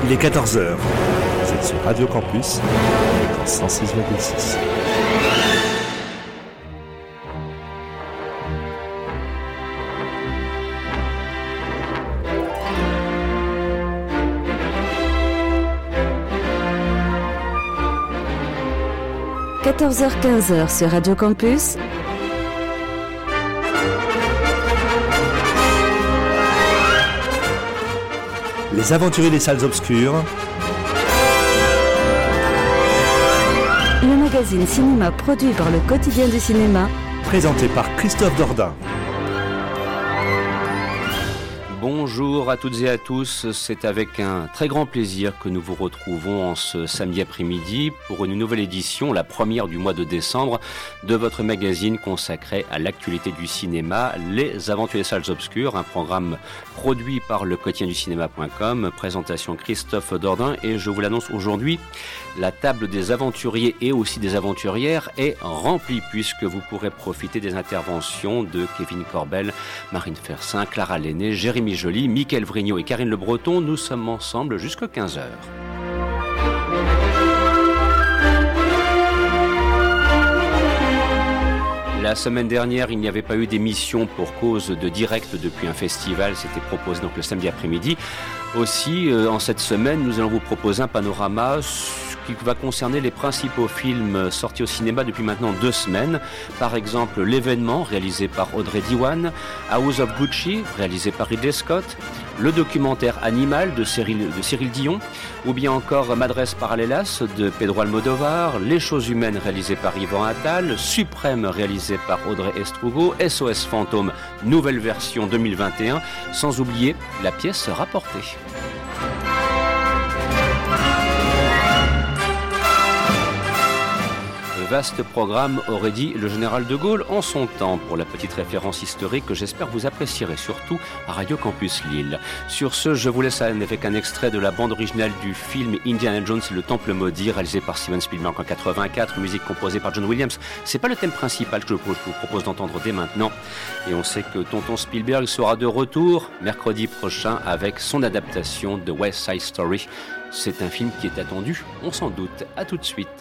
Il est 14h. Vous êtes sur Radio Campus, 106,6. « 14h-15h sur Radio Campus. Les aventuriers des salles obscures. Le magazine cinéma produit par le Quotidien du cinéma. Présenté par Christophe Dordain. Bonjour à toutes et à tous, c'est avec un très grand plaisir que nous vous retrouvons en ce samedi après-midi pour une nouvelle édition, la première du mois de décembre, de votre magazine consacré à l'actualité du cinéma, Les Aventuriers des Salles Obscures, un programme produit par le quotidien du cinéma.com, présentation Christophe Dordain, et je vous l'annonce aujourd'hui, la table des aventuriers et aussi des aventurières est remplie puisque vous pourrez profiter des interventions de Kevin Corbel, Marine Fercin, Clara Lenné, Jérémy Joly, Mickaël Vrignot et Karine Le Breton. Nous sommes ensemble jusqu'à 15h. La semaine dernière, il n'y avait pas eu d'émission pour cause de direct depuis un festival. C'était proposé donc le samedi après-midi. Aussi, en cette semaine, nous allons vous proposer un panorama qui va concerner les principaux films sortis au cinéma depuis maintenant 2 semaines. Par exemple, L'événement, réalisé par Audrey Diwan, House of Gucci, réalisé par Ridley Scott, le documentaire Animal de Cyril Dion, ou bien encore Madres Paralelas de Pedro Almodovar, Les choses humaines réalisé par Yvan Attal, Suprême réalisé par Audrey Estrugo, SOS Fantôme, nouvelle version 2021, sans oublier la pièce rapportée. Vaste programme, aurait dit le général de Gaulle en son temps. Pour la petite référence historique que j'espère vous apprécierez, surtout à Radio Campus Lille. Sur ce, je vous laisse avec un extrait de la bande originale du film Indiana Jones et le Temple Maudit, réalisé par Steven Spielberg en 84, musique composée par John Williams. C'est pas le thème principal que je vous propose d'entendre dès maintenant. Et on sait que tonton Spielberg sera de retour mercredi prochain avec son adaptation de West Side Story. C'est un film qui est attendu, on s'en doute. À tout de suite.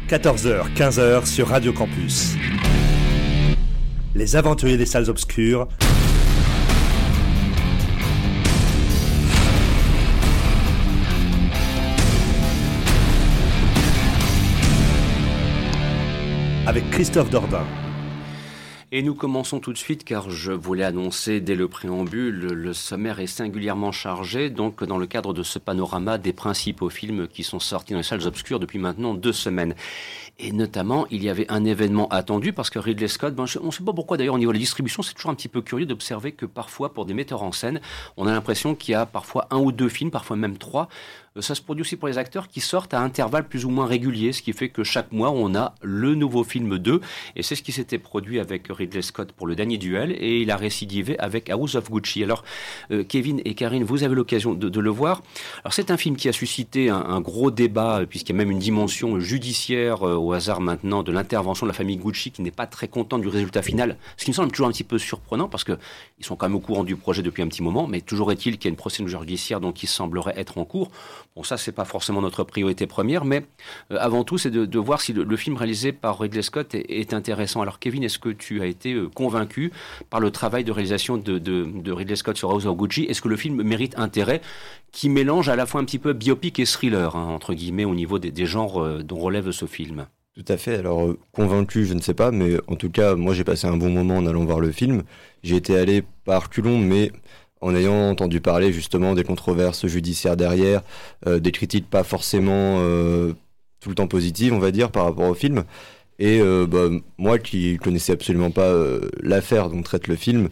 14h, 15h sur Radio Campus. Les aventuriers des salles obscures. Avec Christophe Dordain. Et nous commençons tout de suite car je voulais annoncer dès le préambule, le sommaire est singulièrement chargé, donc dans le cadre de ce panorama des principaux films qui sont sortis dans les salles obscures depuis maintenant 2 semaines. Et notamment, il y avait un événement attendu parce que Ridley Scott, on ne sait pas pourquoi d'ailleurs au niveau de la distribution, c'est toujours un petit peu curieux d'observer que parfois pour des metteurs en scène, on a l'impression qu'il y a parfois 1 ou 2 films, parfois même 3. Ça se produit aussi pour les acteurs qui sortent à intervalles plus ou moins réguliers, ce qui fait que chaque mois, on a le nouveau film d'eux. Et c'est ce qui s'était produit avec Ridley Scott pour Le Dernier Duel, et il a récidivé avec House of Gucci. Alors, Kevin et Karine, vous avez l'occasion de le voir. Alors, c'est un film qui a suscité un gros débat, puisqu'il y a même une dimension judiciaire au hasard maintenant de l'intervention de la famille Gucci, qui n'est pas très contente du résultat final. Ce qui me semble toujours un petit peu surprenant, parce qu'ils sont quand même au courant du projet depuis un petit moment, mais toujours est-il qu'il y a une procédure judiciaire donc, qui semblerait être en cours. Bon, ça, c'est pas forcément notre priorité première, mais avant tout, c'est de voir si le film réalisé par Ridley Scott est intéressant. Alors, Kevin, est-ce que tu as été convaincu par le travail de réalisation de Ridley Scott sur House of Gucci? Est-ce que le film mérite intérêt, qui mélange à la fois un petit peu biopic et thriller, entre guillemets, au niveau des genres dont relève ce film? Tout à fait. Alors, convaincu, je ne sais pas, mais en tout cas, moi, j'ai passé un bon moment en allant voir le film. J'ai été allé par reculons, mais en ayant entendu parler justement des controverses judiciaires derrière, des critiques pas forcément tout le temps positives, on va dire, par rapport au film. Et moi qui connaissais absolument pas l'affaire dont traite le film,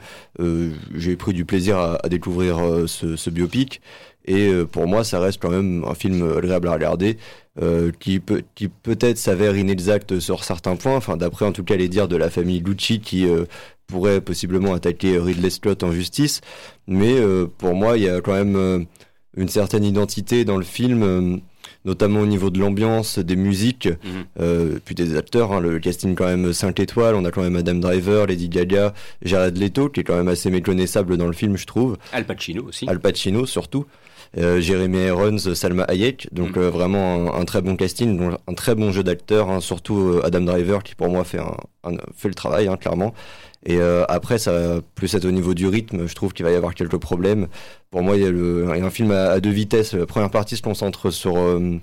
j'ai pris du plaisir à découvrir ce biopic. Et pour moi, ça reste quand même un film agréable à regarder, qui peut-être s'avère inexact sur certains points, enfin d'après en tout cas les dires de la famille Gucci qui pourrait possiblement attaquer Ridley Scott en justice. Mais pour moi, il y a quand même une certaine identité dans le film, notamment au niveau de l'ambiance, des musiques, puis des acteurs. Le casting quand même 5 étoiles. On a quand même Adam Driver, Lady Gaga, Jared Leto, qui est quand même assez méconnaissable dans le film, je trouve. Al Pacino aussi. Al Pacino surtout. Jeremy Irons, Salma Hayek, donc vraiment un très bon casting, donc un très bon jeu d'acteur, surtout Adam Driver qui pour moi fait le travail, clairement. Et après, ça va plus être au niveau du rythme, je trouve qu'il va y avoir quelques problèmes. Pour moi, il y a un film à 2 vitesses. La première partie se concentre sur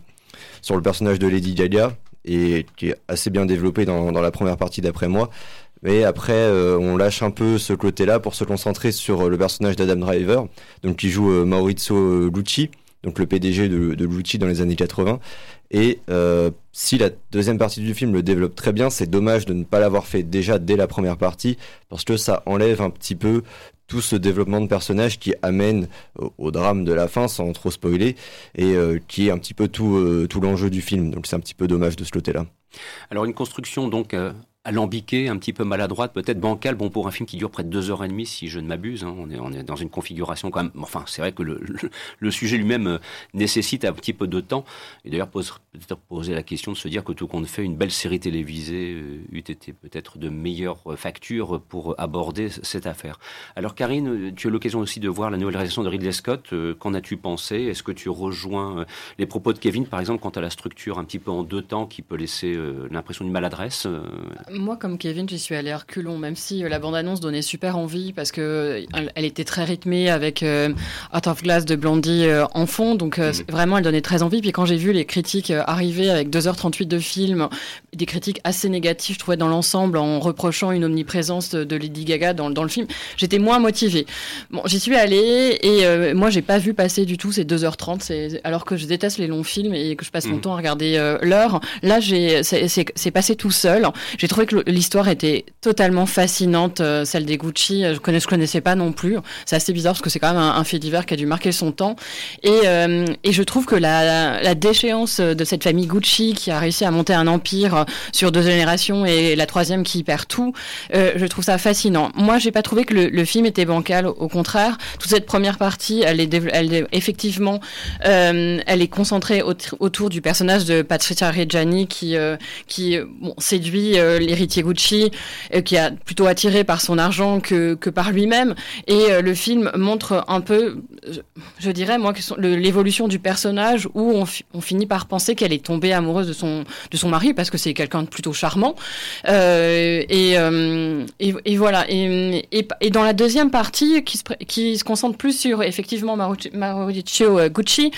le personnage de Lady Gaga, et qui est assez bien développé dans la première partie d'après moi. Mais après, on lâche un peu ce côté-là pour se concentrer sur le personnage d'Adam Driver, donc qui joue Maurizio Gucci, donc le PDG de Gucci dans les années 80. Et si la deuxième partie du film le développe très bien, c'est dommage de ne pas l'avoir fait déjà dès la première partie, parce que ça enlève un petit peu tout ce développement de personnage qui amène au drame de la fin, sans trop spoiler, et qui est un petit peu tout l'enjeu du film. Donc c'est un petit peu dommage de ce côté-là. Alors une construction donc alambiquée, un petit peu maladroite, peut-être bancale, pour un film qui dure près de 2h30 si je ne m'abuse. On est dans une configuration quand même. Enfin, c'est vrai que le sujet lui-même nécessite un petit peu de temps. Et d'ailleurs, peut-être poser la question de se dire que tout compte fait, une belle série télévisée eût été peut-être de meilleure facture pour aborder cette affaire. Alors Karine, tu as l'occasion aussi de voir la nouvelle réalisation de Ridley Scott. Qu'en as-tu pensé? Est-ce que tu rejoins les propos de Kevin, par exemple, quant à la structure un petit peu en 2 temps qui peut laisser l'impression d'une maladresse? Moi, comme Kevin, j'y suis allée à reculons, même si la bande-annonce donnait super envie, parce que elle était très rythmée avec Heart of Glass de Blondie en fond, donc vraiment, elle donnait très envie. Puis quand j'ai vu les critiques arriver avec 2h38 de film, des critiques assez négatives, je trouvais, dans l'ensemble, en reprochant une omniprésence de Lady Gaga dans le film, j'étais moins motivée. Bon, j'y suis allée, et moi, j'ai pas vu passer du tout ces 2h30, alors que je déteste les longs films et que je passe mon temps à regarder l'heure. Là, c'est passé tout seul. J'ai trouvé que l'histoire était totalement fascinante, celle des Gucci. Je connaissais pas non plus. C'est assez bizarre parce que c'est quand même un fait divers qui a dû marquer son temps. Et je trouve que la déchéance de cette famille Gucci qui a réussi à monter un empire sur 2 générations et la 3e qui perd tout, je trouve ça fascinant. Moi, j'ai pas trouvé que le film était bancal. Au contraire, toute cette première partie, elle est effectivement, elle est concentrée autour du personnage de Patrizia Reggiani qui séduit l'héritier Gucci, qui est plutôt attiré par son argent que par lui-même. Et le film montre un peu, je dirais, moi, l'évolution du personnage, où on finit par penser qu'elle est tombée amoureuse de son mari, parce que c'est quelqu'un de plutôt charmant. Et voilà. Et dans la deuxième partie, qui se concentre plus sur, effectivement, Mauricio Gucci,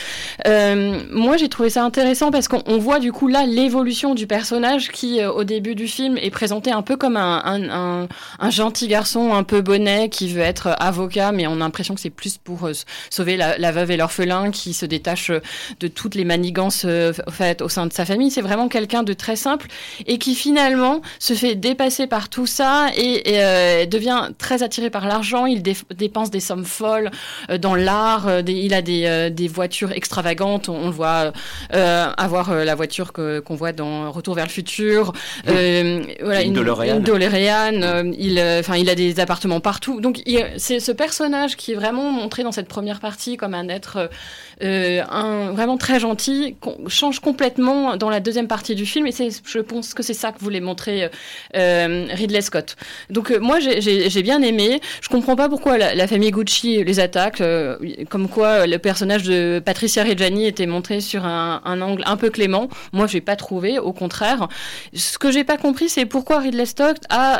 moi, j'ai trouvé ça intéressant, parce qu'on voit, du coup, là, l'évolution du personnage qui, au début du film, est présenté un peu comme un gentil garçon un peu bonnet qui veut être avocat, mais on a l'impression que c'est plus pour sauver la veuve et l'orphelin, qui se détache de toutes les manigances faites au sein de sa famille. C'est vraiment quelqu'un de très simple et qui finalement se fait dépasser par tout ça et devient très attiré par l'argent. Il dépense des sommes folles dans l'art. Il a des voitures extravagantes. On le voit avoir la voiture qu'on voit dans Retour vers le futur. Voilà, une DeLorean. Il a des appartements partout. Donc c'est ce personnage qui est vraiment montré dans cette première partie comme un être vraiment très gentil, change complètement dans la deuxième partie du film, et je pense que c'est ça que voulait montrer Ridley Scott. Donc moi j'ai bien aimé. Je comprends pas pourquoi la famille Gucci les attaque, comme quoi le personnage de Patricia Reggiani était montré sur un angle un peu clément. Moi j'ai pas trouvé, au contraire. Ce que j'ai pas compris, c'est pourquoi Ridley Scott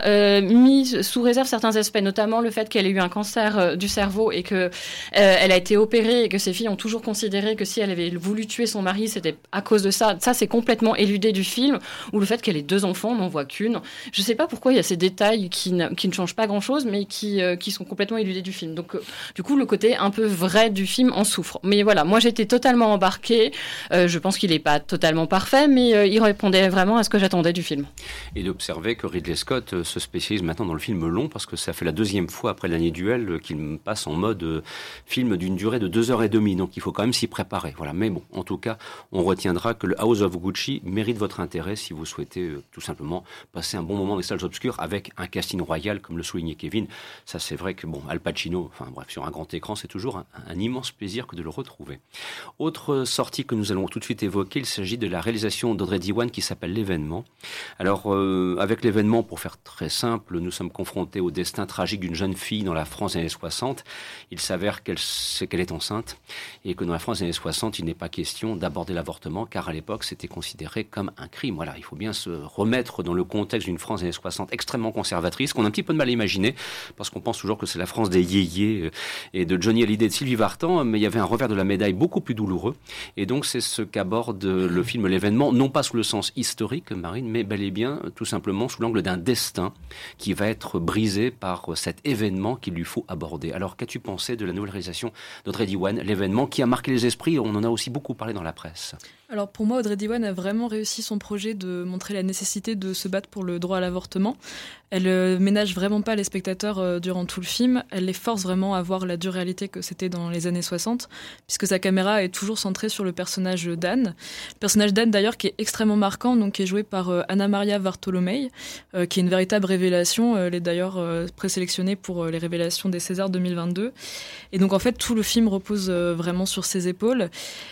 a mis sous réserve certains aspects, notamment le fait qu'elle ait eu un cancer du cerveau et que elle a été opérée, et que ses filles ont toujours considéré que si elle avait voulu tuer son mari, c'était à cause de ça. Ça, c'est complètement éludé du film. Ou le fait qu'elle ait 2 enfants, on n'en voit qu'une. Je sais pas pourquoi il y a ces détails qui ne changent pas grand-chose, mais qui sont complètement éludés du film. Donc, du coup, le côté un peu vrai du film en souffre. Mais voilà, moi, j'étais totalement embarquée. Je pense qu'il n'est pas totalement parfait, mais il répondait vraiment à ce que j'attendais du film. Et d'observer que Ridley Scott se spécialise maintenant dans le film long, parce que ça fait la 2e fois après L'Année Duel qu'il passe en mode film d'une durée de 2h30. Donc, il faut quand même s'y préparer. Voilà. Mais bon, en tout cas, on retiendra que le House of Gucci mérite votre intérêt si vous souhaitez tout simplement passer un bon moment dans les salles obscures avec un casting royal, comme le soulignait Kevin. Ça, c'est vrai que, bon, Al Pacino, enfin bref, sur un grand écran, c'est toujours un immense plaisir que de le retrouver. Autre sortie que nous allons tout de suite évoquer, il s'agit de la réalisation d'Audrey Diwan qui s'appelle L'Événement. Alors, avec L'Événement, pour faire très simple, nous sommes confrontés au destin tragique d'une jeune fille dans la France des années 60. Il s'avère qu'elle est enceinte et que dans la France des années 60, il n'est pas question d'aborder l'avortement, car à l'époque, c'était considéré comme un crime. Voilà, il faut bien se remettre dans le contexte d'une France des années 60 extrêmement conservatrice, qu'on a un petit peu de mal à imaginer, parce qu'on pense toujours que c'est la France des yéyés et de Johnny Hallyday et de Sylvie Vartan, mais il y avait un revers de la médaille beaucoup plus douloureux. Et donc, c'est ce qu'aborde le film L'Événement, non pas sous le sens historique, Marine, mais bel et bien, tout simplement, sous l'angle d'un destin qui va être brisé par cet événement qu'il lui faut aborder. Alors, qu'as-tu pensé de la nouvelle réalisation d'Audrey Diwan, L'Événement, qui a marqué les esprits? On en a aussi beaucoup parlé dans la presse. Alors pour moi, Audrey Diwan a vraiment réussi son projet de montrer la nécessité de se battre pour le droit à l'avortement. Elle ménage vraiment pas les spectateurs durant tout le film. Elle les force vraiment à voir la dure réalité que c'était dans les années 60, puisque sa caméra est toujours centrée sur le personnage d'Anne. Le personnage d'Anne d'ailleurs qui est extrêmement marquant, donc qui est joué par Anna Maria Bartolomei, qui est une véritable révélation. Elle est d'ailleurs présélectionnée pour les révélations des Césars 2022. Et donc en fait tout le film repose vraiment sur ses épaules.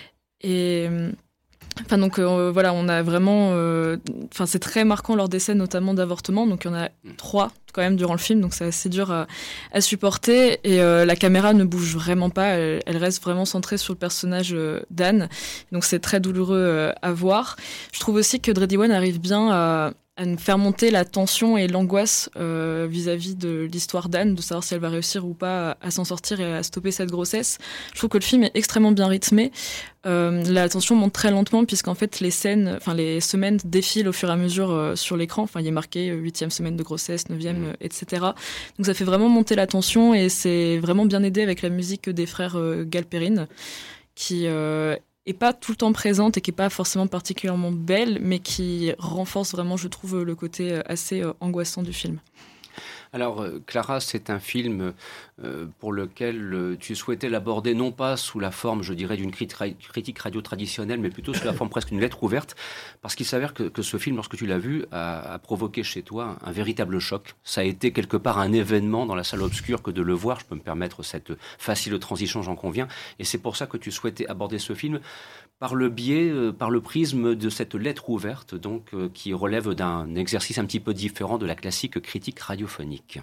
Et enfin donc voilà, on a vraiment enfin c'est très marquant lors des scènes notamment d'avortement, donc il y en a 3 quand même durant le film, donc c'est assez dur à supporter, et la caméra ne bouge vraiment pas, elle reste vraiment centrée sur le personnage d'Anne, donc c'est très douloureux à voir. Je trouve aussi que Audrey Diwan arrive bien à nous faire monter la tension et l'angoisse vis-à-vis de l'histoire d'Anne, de savoir si elle va réussir ou pas à s'en sortir et à stopper cette grossesse. Je trouve que le film est extrêmement bien rythmé. La tension monte très lentement, puisqu'en fait les semaines défilent au fur et à mesure sur l'écran. Enfin, il y a marqué 8e semaine de grossesse, 9e, etc. Donc ça fait vraiment monter la tension, et c'est vraiment bien aidé avec la musique des frères Galperine, qui est pas tout le temps présente et qui est pas forcément particulièrement belle, mais qui renforce vraiment, je trouve, le côté assez angoissant du film. Alors, Clara, c'est un film pour lequel tu souhaitais l'aborder non pas sous la forme, je dirais, d'une critique radio traditionnelle, mais plutôt sous la forme presque d'une lettre ouverte, parce qu'il s'avère que ce film, lorsque tu l'as vu, a provoqué chez toi un véritable choc. Ça a été quelque part un événement dans la salle obscure que de le voir. Je peux me permettre cette facile transition, j'en conviens. Et c'est pour ça que tu souhaitais aborder ce film, par le prisme de cette lettre ouverte, donc, qui relève d'un exercice un petit peu différent de la classique critique radiophonique.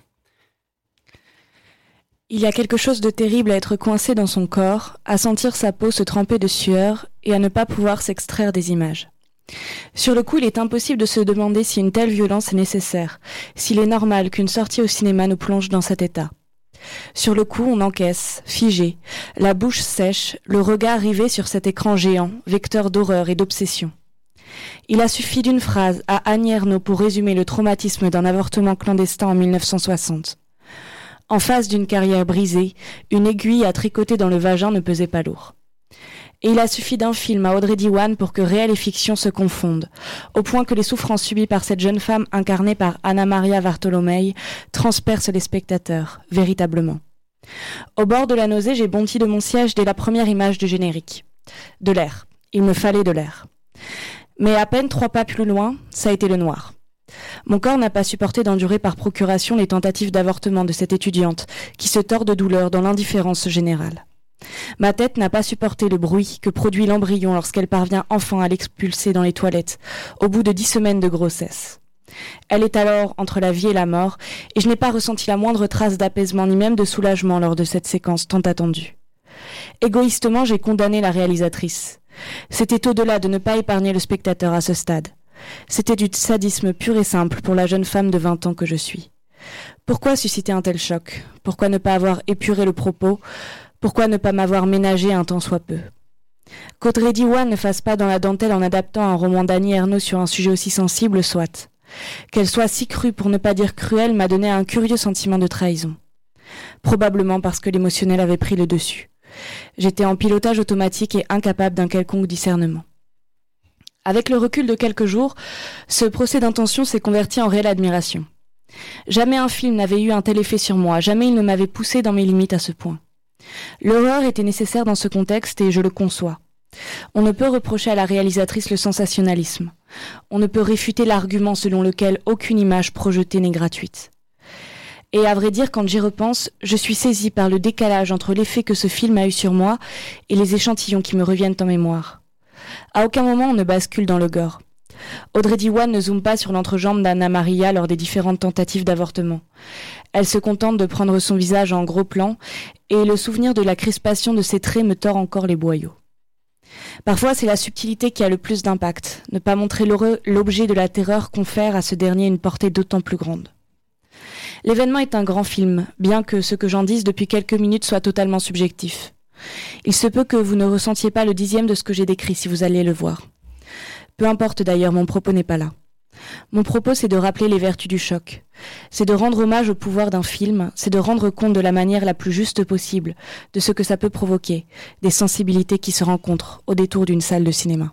Il y a quelque chose de terrible à être coincé dans son corps, à sentir sa peau se tremper de sueur et à ne pas pouvoir s'extraire des images. Sur le coup, il est impossible de se demander si une telle violence est nécessaire, s'il est normal qu'une sortie au cinéma nous plonge dans cet état. Sur le coup, on encaisse, figé, la bouche sèche, le regard rivé sur cet écran géant, vecteur d'horreur et d'obsession. Il a suffi d'une phrase à Annie Ernaux pour résumer le traumatisme d'un avortement clandestin en 1960. En face d'une carrière brisée, une aiguille à tricoter dans le vagin ne pesait pas lourd. Et il a suffi d'un film à Audrey Diwan pour que réel et fiction se confondent, au point que les souffrances subies par cette jeune femme incarnée par Anna Maria Bartolomei transpercent les spectateurs, véritablement. Au bord de la nausée, j'ai bondi de mon siège dès la première image du générique. De l'air. Il me fallait de l'air. Mais à peine 3 pas plus loin, ça a été le noir. Mon corps n'a pas supporté d'endurer par procuration les tentatives d'avortement de cette étudiante, qui se tord de douleur dans l'indifférence générale. Ma tête n'a pas supporté le bruit que produit l'embryon lorsqu'elle parvient enfin à l'expulser dans les toilettes, au bout de 10 semaines de grossesse. Elle est alors entre la vie et la mort, et je n'ai pas ressenti la moindre trace d'apaisement ni même de soulagement lors de cette séquence tant attendue. Égoïstement, j'ai condamné la réalisatrice. C'était au-delà de ne pas épargner le spectateur à ce stade. C'était du sadisme pur et simple pour la jeune femme de 20 ans que je suis. Pourquoi susciter un tel choc ? Pourquoi ne pas avoir épuré le propos ? Pourquoi ne pas m'avoir ménagé un tant soit peu ? Qu'Audrey Diwan ne fasse pas dans la dentelle en adaptant un roman d'Annie Ernaux sur un sujet aussi sensible, soit. Qu'elle soit si crue pour ne pas dire cruelle m'a donné un curieux sentiment de trahison. Probablement parce que l'émotionnel avait pris le dessus. J'étais en pilotage automatique et incapable d'un quelconque discernement. Avec le recul de quelques jours, ce procès d'intention s'est converti en réelle admiration. Jamais un film n'avait eu un tel effet sur moi, jamais il ne m'avait poussé dans mes limites à ce point. L'horreur était nécessaire dans ce contexte et je le conçois. On ne peut reprocher à la réalisatrice le sensationnalisme. On ne peut réfuter l'argument selon lequel aucune image projetée n'est gratuite. Et à vrai dire, quand j'y repense, je suis saisie par le décalage entre l'effet que ce film a eu sur moi et les échantillons qui me reviennent en mémoire. À aucun moment on ne bascule dans le gore. Audrey Diwan ne zoome pas sur l'entrejambe d'Anna Maria lors des différentes tentatives d'avortement. Elle se contente de prendre son visage en gros plan et le souvenir de la crispation de ses traits me tord encore les boyaux. Parfois, c'est la subtilité qui a le plus d'impact. Ne pas montrer l'objet de la terreur confère à ce dernier une portée d'autant plus grande. L'événement est un grand film, bien que ce que j'en dise depuis quelques minutes soit totalement subjectif. Il se peut que vous ne ressentiez pas le 10e de ce que j'ai décrit si vous allez le voir. Peu importe d'ailleurs, mon propos n'est pas là. Mon propos, c'est de rappeler les vertus du choc. C'est de rendre hommage au pouvoir d'un film, c'est de rendre compte de la manière la plus juste possible de ce que ça peut provoquer, des sensibilités qui se rencontrent au détour d'une salle de cinéma.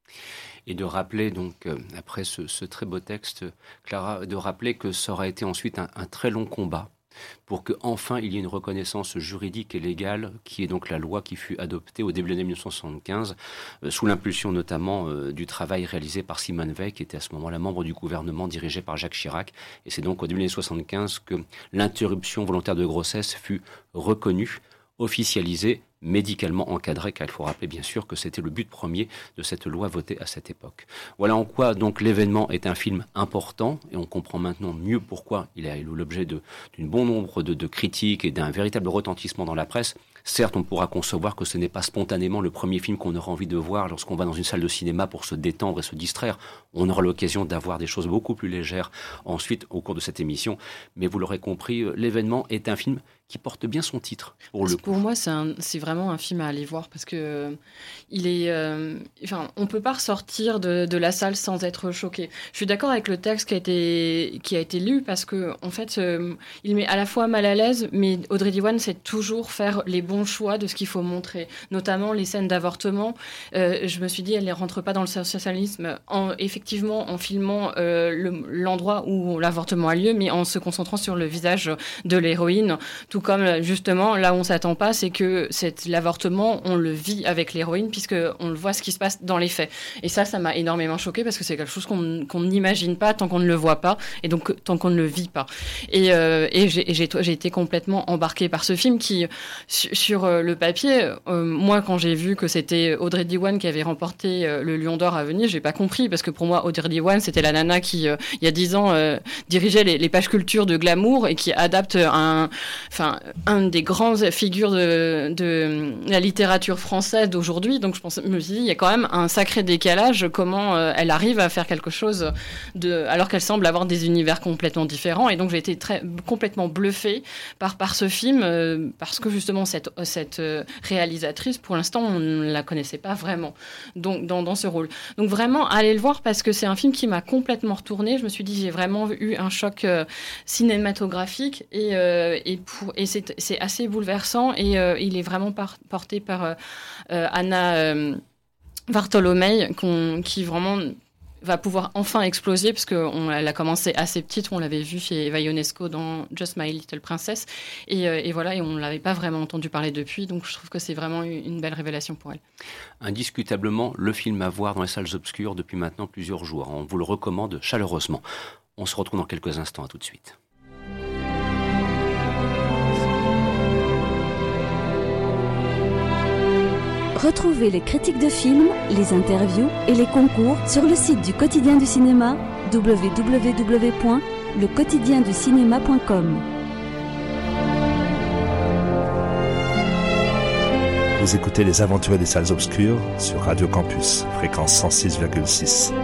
Et de rappeler, donc, après ce très beau texte, Clara, de rappeler que ça aura été ensuite un très long combat pour qu'enfin il y ait une reconnaissance juridique et légale, qui est donc la loi qui fut adoptée au début de l'année 1975, sous l'impulsion notamment du travail réalisé par Simone Veil, qui était à ce moment-là membre du gouvernement dirigé par Jacques Chirac. Et c'est donc au début de l'année 1975 que l'interruption volontaire de grossesse fut reconnue, officialisée, médicalement encadrée, car il faut rappeler bien sûr que c'était le but premier de cette loi votée à cette époque. Voilà en quoi donc l'événement est un film important, et on comprend maintenant mieux pourquoi il a eu l'objet d'une bon nombre de critiques et d'un véritable retentissement dans la presse. Certes, on pourra concevoir que ce n'est pas spontanément le premier film qu'on aura envie de voir lorsqu'on va dans une salle de cinéma pour se détendre et se distraire. On aura l'occasion d'avoir des choses beaucoup plus légères ensuite au cours de cette émission. Mais vous l'aurez compris, l'événement est un film qui porte bien son titre. Pour moi, c'est vraiment un film à aller voir parce que il est, on peut pas ressortir de la salle sans être choqué. Je suis d'accord avec le texte qui a été lu parce que en fait, il met à la fois mal à l'aise, mais Audrey Diwan sait toujours faire les bons choix de ce qu'il faut montrer, notamment les scènes d'avortement. Je me suis dit, elle ne rentre pas dans le sensationnalisme effectivement en filmant l'endroit où l'avortement a lieu, mais en se concentrant sur le visage de l'héroïne, tout comme justement là où on s'attend pas, c'est que l'avortement on le vit avec l'héroïne puisque on le voit ce qui se passe dans les faits. Et ça m'a énormément choquée parce que c'est quelque chose qu'on n'imagine pas tant qu'on ne le voit pas et donc tant qu'on ne le vit pas. Et j'ai été complètement embarquée par ce film qui, sur le papier, moi, quand j'ai vu que c'était Audrey Diwan qui avait remporté le Lion d'Or à Venise, j'ai pas compris, parce que pour moi, Audrey Diwan, c'était la nana qui, il y a 10 ans, dirigeait les pages culture de Glamour et qui adapte un des grandes figures de la littérature française d'aujourd'hui. Donc, je me suis dit, il y a quand même un sacré décalage, comment elle arrive à faire quelque chose alors qu'elle semble avoir des univers complètement différents. Et donc, j'ai été complètement bluffée par ce film, parce que justement, cette réalisatrice, pour l'instant, on ne la connaissait pas vraiment dans ce rôle. Donc, vraiment, allez le voir, parce que c'est un film qui m'a complètement retournée. Je me suis dit, j'ai vraiment eu un choc cinématographique, et c'est assez bouleversant, et il est vraiment porté par Anna Bartolomei, qui vraiment va pouvoir enfin exploser, parce qu'elle a commencé assez petite, on l'avait vu chez Eva Ionesco dans Just My Little Princess, et voilà, et on ne l'avait pas vraiment entendu parler depuis, donc je trouve que c'est vraiment une belle révélation pour elle. Indiscutablement, le film à voir dans les salles obscures depuis maintenant plusieurs jours. On vous le recommande chaleureusement. On se retrouve dans quelques instants, à tout de suite. Retrouvez les critiques de films, les interviews et les concours sur le site du Quotidien du Cinéma, www.lequotidienducinéma.com. Vous écoutez Les Aventuriers des Salles Obscures sur Radio Campus, fréquence 106,6.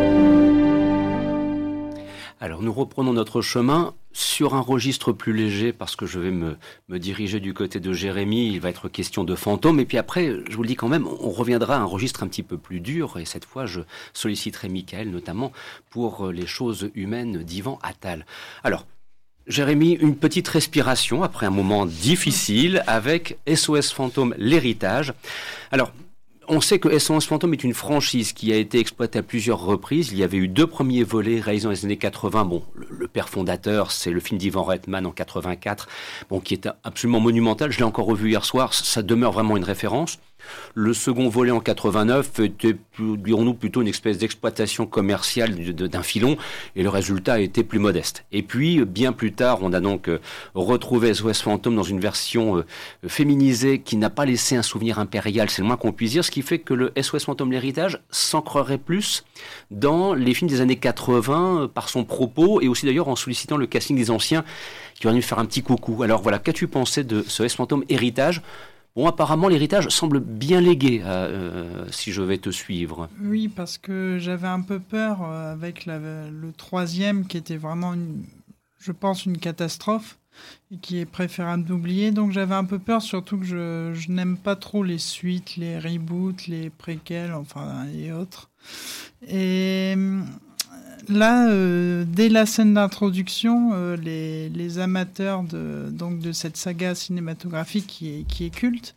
Alors nous reprenons notre chemin sur un registre plus léger, parce que je vais me diriger du côté de Jérémy. Il va être question de fantômes, et puis après, je vous le dis quand même, on reviendra à un registre un petit peu plus dur, et cette fois je solliciterai Michael notamment pour les choses humaines d'Ivan Attal. Alors Jérémy, une petite respiration après un moment difficile avec SOS Fantôme, l'héritage. Alors, on sait que SOS Fantôme est une franchise qui a été exploitée à plusieurs reprises. Il y avait eu 2 premiers volets réalisés dans les années 80. Bon, le père fondateur, c'est le film d'Ivan Reitman en 84, qui est absolument monumental. Je l'ai encore revu hier soir, ça demeure vraiment une référence. Le second volet en 89 était, dirons-nous, plutôt une espèce d'exploitation commerciale d'un filon, et le résultat a été plus modeste. Et puis, bien plus tard, on a donc retrouvé SOS Fantôme dans une version féminisée qui n'a pas laissé un souvenir impérial, c'est le moins qu'on puisse dire, ce qui fait que le SOS Fantôme l'héritage s'ancrerait plus dans les films des années 80 par son propos, et aussi d'ailleurs en sollicitant le casting des anciens qui auraient dû faire un petit coucou. Alors voilà, qu'as-tu pensé de SOS Fantôme héritage ? Bon, apparemment, l'héritage semble bien légué, si je vais te suivre. Oui, parce que j'avais un peu peur avec le troisième, qui était vraiment, je pense, une catastrophe, et qui est préférable d'oublier. Donc j'avais un peu peur, surtout que je n'aime pas trop les suites, les reboots, les préquels, et autres. Et là, dès la scène d'introduction, les amateurs de cette saga cinématographique qui est culte,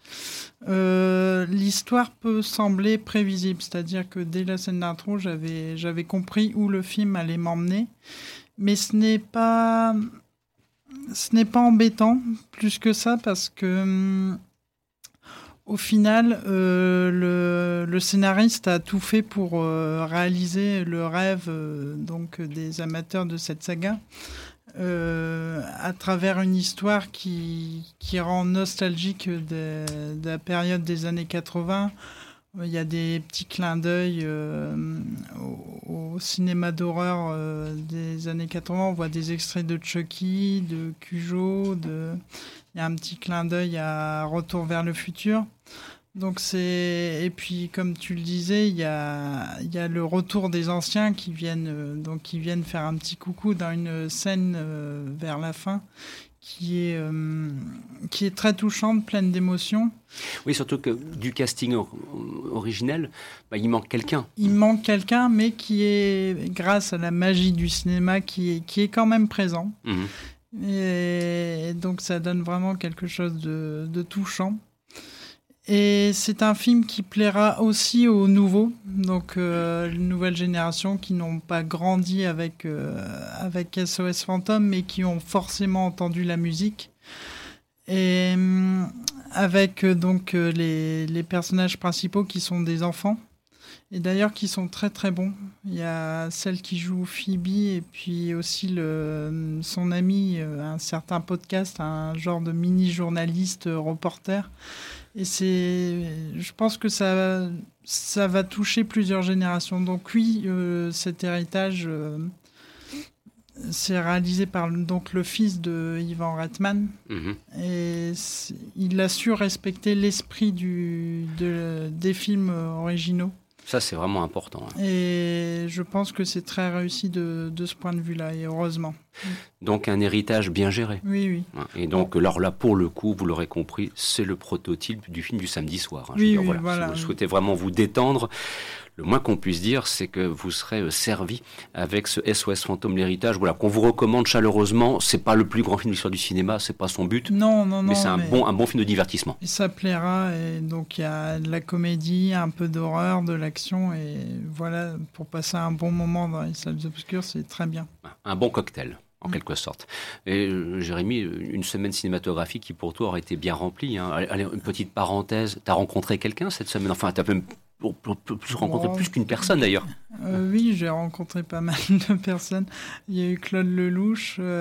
l'histoire peut sembler prévisible. C'est-à-dire que dès la scène d'intro, j'avais compris où le film allait m'emmener. Mais ce n'est pas embêtant plus que ça, parce que au final, le scénariste a tout fait pour réaliser le rêve des amateurs de cette saga, à travers une histoire qui rend nostalgique de la période des années 80. Il y a des petits clins d'œil au cinéma d'horreur des années 80. On voit des extraits de Chucky, de Cujo, il y a un petit clin d'œil à Retour vers le futur. Donc et puis comme tu le disais, il y a le retour des anciens qui viennent faire un petit coucou dans une scène vers la fin qui est très touchante, pleine d'émotions. Oui, surtout que du casting originel, il manque quelqu'un. Il manque quelqu'un, mais qui est, grâce à la magie du cinéma, qui est quand même présent. Mmh. Et donc ça donne vraiment quelque chose de touchant. Et c'est un film qui plaira aussi aux nouveaux, donc les nouvelles générations qui n'ont pas grandi avec SOS Fantôme, mais qui ont forcément entendu la musique. Et avec les personnages principaux qui sont des enfants. Et d'ailleurs, qui sont très très bons. Il y a celle qui joue Phoebe et puis aussi son ami, un certain podcast, un genre de mini-journaliste reporter. Et je pense que ça va toucher plusieurs générations. Donc oui, cet héritage, c'est réalisé par donc, le fils de Ivan Reitman. Et il a su respecter l'esprit des films originaux. Ça, c'est vraiment important. Et je pense que c'est très réussi de ce point de vue-là, et heureusement. Donc, un héritage bien géré. Oui. Et donc, alors là, pour le coup, vous l'aurez compris, c'est le prototype du film du samedi soir. Voilà. Si vous souhaitez vraiment vous détendre, le moins qu'on puisse dire, c'est que vous serez servi avec ce SOS Fantôme, l'héritage, qu'on vous recommande chaleureusement. C'est pas le plus grand film de l'histoire du cinéma, c'est pas son but. Non. Mais c'est un bon film de divertissement. Et ça plaira. Et donc, il y a de la comédie, un peu d'horreur, de l'action. Et voilà, pour passer un bon moment dans les salles obscures, c'est très bien. Un bon cocktail. En quelque sorte. Et Jérémy, une semaine cinématographique qui pour toi aurait été bien remplie. Allez, une petite parenthèse. T'as rencontré quelqu'un cette semaine? Enfin, t'as même rencontré plus qu'une personne d'ailleurs. Oui, j'ai rencontré pas mal de personnes. Il y a eu Claude Lelouch, il y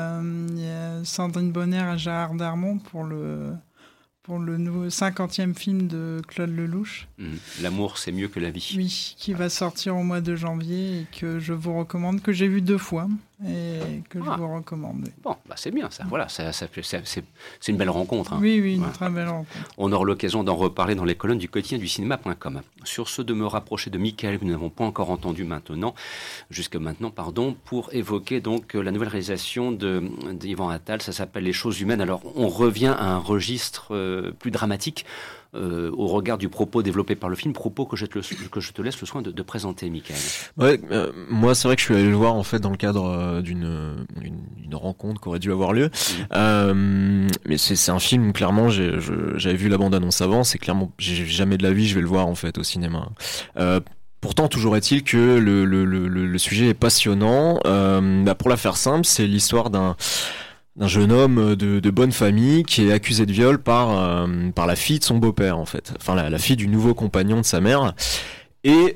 a Sandrine Bonner et Gérard Darmon pour le nouveau 50e film de Claude Lelouch. L'amour, c'est mieux que la vie. Oui, qui va sortir au mois de janvier et que je vous recommande, que j'ai vu 2 fois et que je vous recommande. Bon, c'est bien ça. Voilà, c'est une belle rencontre. Oui, une très belle rencontre. On aura l'occasion d'en reparler dans les colonnes du quotidien du cinéma.com. Sur ce, de me rapprocher de Michael, que nous n'avons pas encore entendu jusque maintenant, pour évoquer donc la nouvelle réalisation d'Yvan Attal. Ça s'appelle Les choses humaines. Alors, on revient à un registre plus dramatique. Au regard du propos développé par le film, propos que je te laisse le soin de présenter, Michael. Ouais, moi c'est vrai que je suis allé le voir en fait dans le cadre d'une rencontre qui aurait dû avoir lieu. Mais c'est un film où clairement j'avais vu la bande-annonce avant, c'est clairement jamais de la vie je vais le voir en fait au cinéma. Pourtant, toujours est-il que le sujet est passionnant. Pour la faire simple, c'est l'histoire d'un jeune homme de bonne famille qui est accusé de viol par la fille de son beau-père en fait, enfin la fille du nouveau compagnon de sa mère. Et